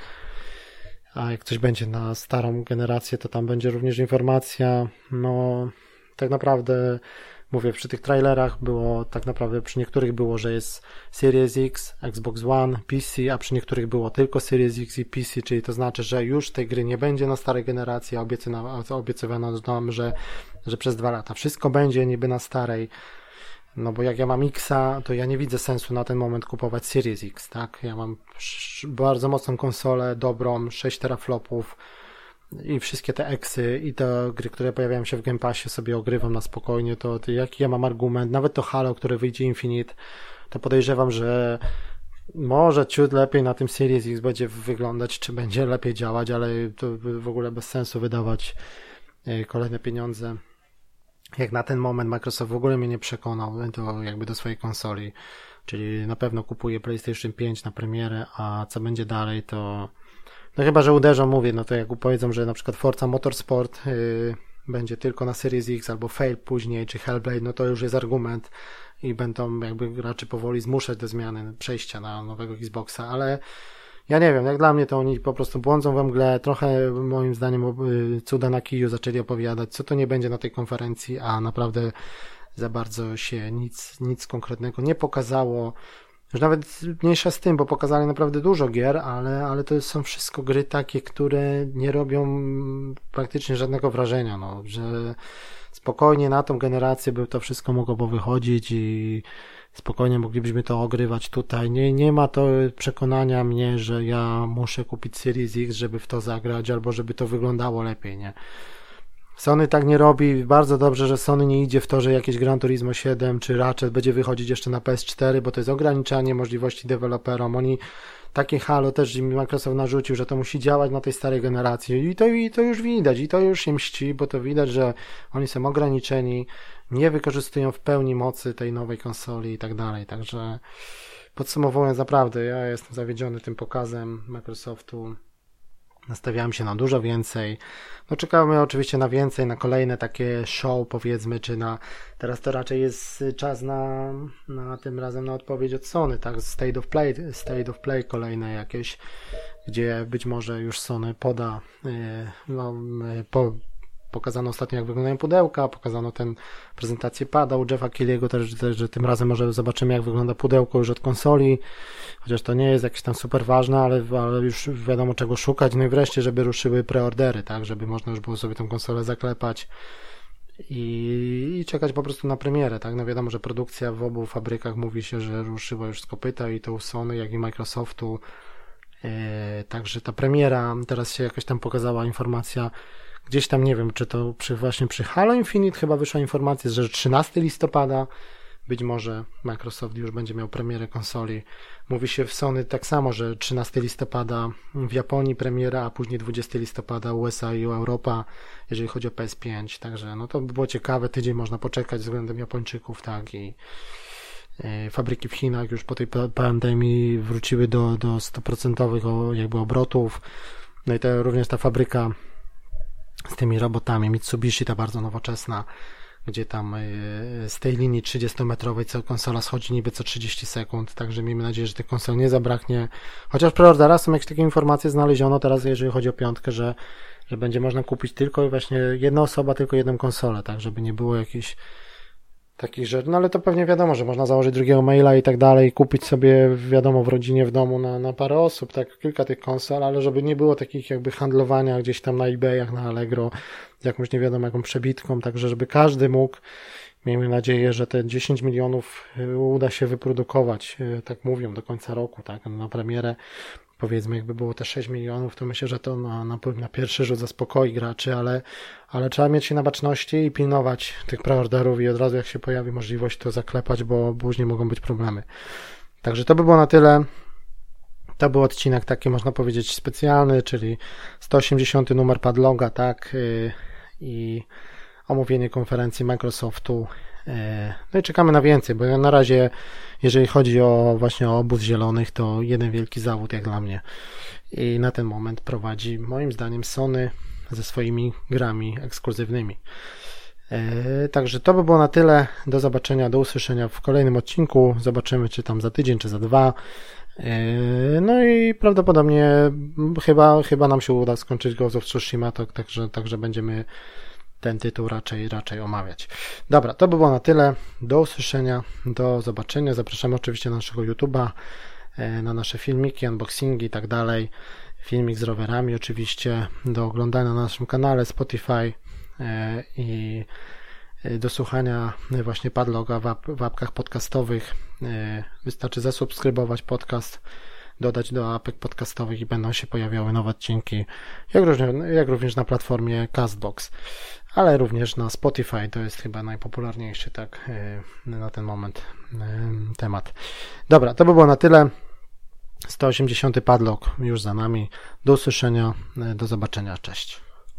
a jak coś będzie na starą generację, to tam będzie również informacja. No, tak naprawdę mówię, przy tych trailerach było, tak naprawdę przy niektórych było, że jest Series X, Xbox One, PC, a przy niektórych było tylko Series X i PC, czyli to znaczy, że już tej gry nie będzie na starej generacji, a obiecywano nam, że przez 2 lata wszystko będzie niby na starej. No bo jak ja mam Xa, to ja nie widzę sensu na ten moment kupować Series X, tak? Ja mam bardzo mocną konsolę, dobrą, 6 teraflopów, i wszystkie te eksy i te gry, które pojawiają się w Game Passie, sobie ogrywam na spokojnie, to jaki ja mam argument, nawet to Halo, które wyjdzie Infinite, to podejrzewam, że może ciut lepiej na tym Series X będzie wyglądać, czy będzie lepiej działać, ale to w ogóle bez sensu wydawać kolejne pieniądze. Jak na ten moment Microsoft w ogóle mnie nie przekonał do swojej konsoli, czyli na pewno kupuję PlayStation 5 na premierę, a co będzie dalej, to no chyba, że uderzą, mówię, no to jak powiedzą, że na przykład Forza Motorsport będzie tylko na Series X albo Fail później, czy Hellblade, no to już jest argument i będą jakby graczy powoli zmuszać do zmiany, przejścia na nowego Xboxa, ale ja nie wiem, jak dla mnie to oni po prostu błądzą we mgle, trochę moim zdaniem cuda na kiju zaczęli opowiadać, co to nie będzie na tej konferencji, a naprawdę za bardzo się nic konkretnego nie pokazało. Już nawet mniejsza z tym, bo pokazali naprawdę dużo gier, ale to są wszystko gry takie, które nie robią praktycznie żadnego wrażenia, no, że spokojnie na tą generację by to wszystko mogło powychodzić i spokojnie moglibyśmy to ogrywać tutaj. Nie ma to przekonania mnie, że ja muszę kupić Series X, żeby w to zagrać, albo żeby to wyglądało lepiej, nie? Sony tak nie robi, bardzo dobrze, że Sony nie idzie w to, że jakieś Gran Turismo 7 czy Ratchet będzie wychodzić jeszcze na PS4, bo to jest ograniczanie możliwości deweloperom. Oni takie Halo też im Microsoft narzucił, że to musi działać na tej starej generacji i to już widać, i to już się mści, bo to widać, że oni są ograniczeni, nie wykorzystują w pełni mocy tej nowej konsoli i tak dalej, także podsumowując, naprawdę ja jestem zawiedziony tym pokazem Microsoftu. Nastawiałem się na dużo więcej. No czekamy oczywiście na więcej, na kolejne takie show, powiedzmy, czy teraz to raczej jest czas na tym razem na odpowiedź od Sony, tak? State of Play kolejne jakieś, gdzie być może już Sony poda, pokazano ostatnio, jak wyglądają pudełka, pokazano prezentację pada u Jeffa Keely'ego też, że tym razem może zobaczymy, jak wygląda pudełko już od konsoli, chociaż to nie jest jakieś tam super ważne, ale już wiadomo, czego szukać. No i wreszcie, żeby ruszyły preordery, tak, żeby można już było sobie tą konsolę zaklepać i czekać po prostu na premierę, tak. No wiadomo, że produkcja w obu fabrykach mówi się, że ruszyła już z kopyta, i to u Sony, jak i Microsoftu. Także ta premiera, teraz się jakaś tam pokazała informacja, gdzieś tam nie wiem, czy to właśnie przy Halo Infinite chyba wyszła informacja, że 13 listopada być może Microsoft już będzie miał premierę konsoli. Mówi się w Sony tak samo, że 13 listopada w Japonii premiera, a później 20 listopada USA i Europa, jeżeli chodzi o PS5. Także no to by było ciekawe, tydzień można poczekać względem Japończyków, tak, i fabryki w Chinach już po tej pandemii wróciły do 100% jakby obrotów. No i to również ta fabryka z tymi robotami Mitsubishi, ta bardzo nowoczesna, gdzie tam z tej linii 30-metrowej co konsola schodzi niby co 30 sekund, także miejmy nadzieję, że tych konsol nie zabraknie. Chociaż preordera są jakieś takie informacje znaleziono teraz, jeżeli chodzi o piątkę, że będzie można kupić tylko właśnie jedna osoba, tylko jedną konsolę, tak, żeby nie było jakichś takich rzeczy, no ale to pewnie wiadomo, że można założyć drugiego maila i tak dalej, kupić sobie, wiadomo, w rodzinie, w domu na parę osób, tak, kilka tych konsol, ale żeby nie było takich jakby handlowania gdzieś tam na eBayach, na Allegro, jakąś nie wiadomo jaką przebitką, także żeby każdy mógł, miejmy nadzieję, że te 10 milionów uda się wyprodukować, tak mówią, do końca roku, tak, na premierę. Powiedzmy, jakby było te 6 milionów, to myślę, że to na pierwszy rzut zaspokoi graczy, ale trzeba mieć się na baczności i pilnować tych preorderów i od razu jak się pojawi możliwość to zaklepać, bo później mogą być problemy. Także to by było na tyle. To był odcinek taki, można powiedzieć, specjalny, czyli 180 numer Padloga, tak, i omówienie konferencji Microsoftu. No i czekamy na więcej, bo na razie, jeżeli chodzi właśnie o obóz zielonych, to jeden wielki zawód jak dla mnie. I na ten moment prowadzi, moim zdaniem, Sony ze swoimi grami ekskluzywnymi. Także to by było na tyle. Do zobaczenia, do usłyszenia w kolejnym odcinku. Zobaczymy, czy tam za tydzień, czy za 2. No i prawdopodobnie chyba nam się uda skończyć Ghost of Tsushima, także będziemy ten tytuł raczej omawiać. Dobra, to by było na tyle. Do usłyszenia, do zobaczenia. Zapraszamy oczywiście na naszego YouTube'a, na nasze filmiki, unboxingi i tak dalej. Filmik z rowerami oczywiście, do oglądania na naszym kanale Spotify i do słuchania właśnie Padloga w apkach podcastowych. Wystarczy zasubskrybować podcast, dodać do apek podcastowych i będą się pojawiały nowe odcinki, jak również na platformie Castbox, ale również na Spotify, to jest chyba najpopularniejszy tak na ten moment temat. Dobra, to by było na tyle. 180 Padlog już za nami. Do usłyszenia, do zobaczenia, cześć.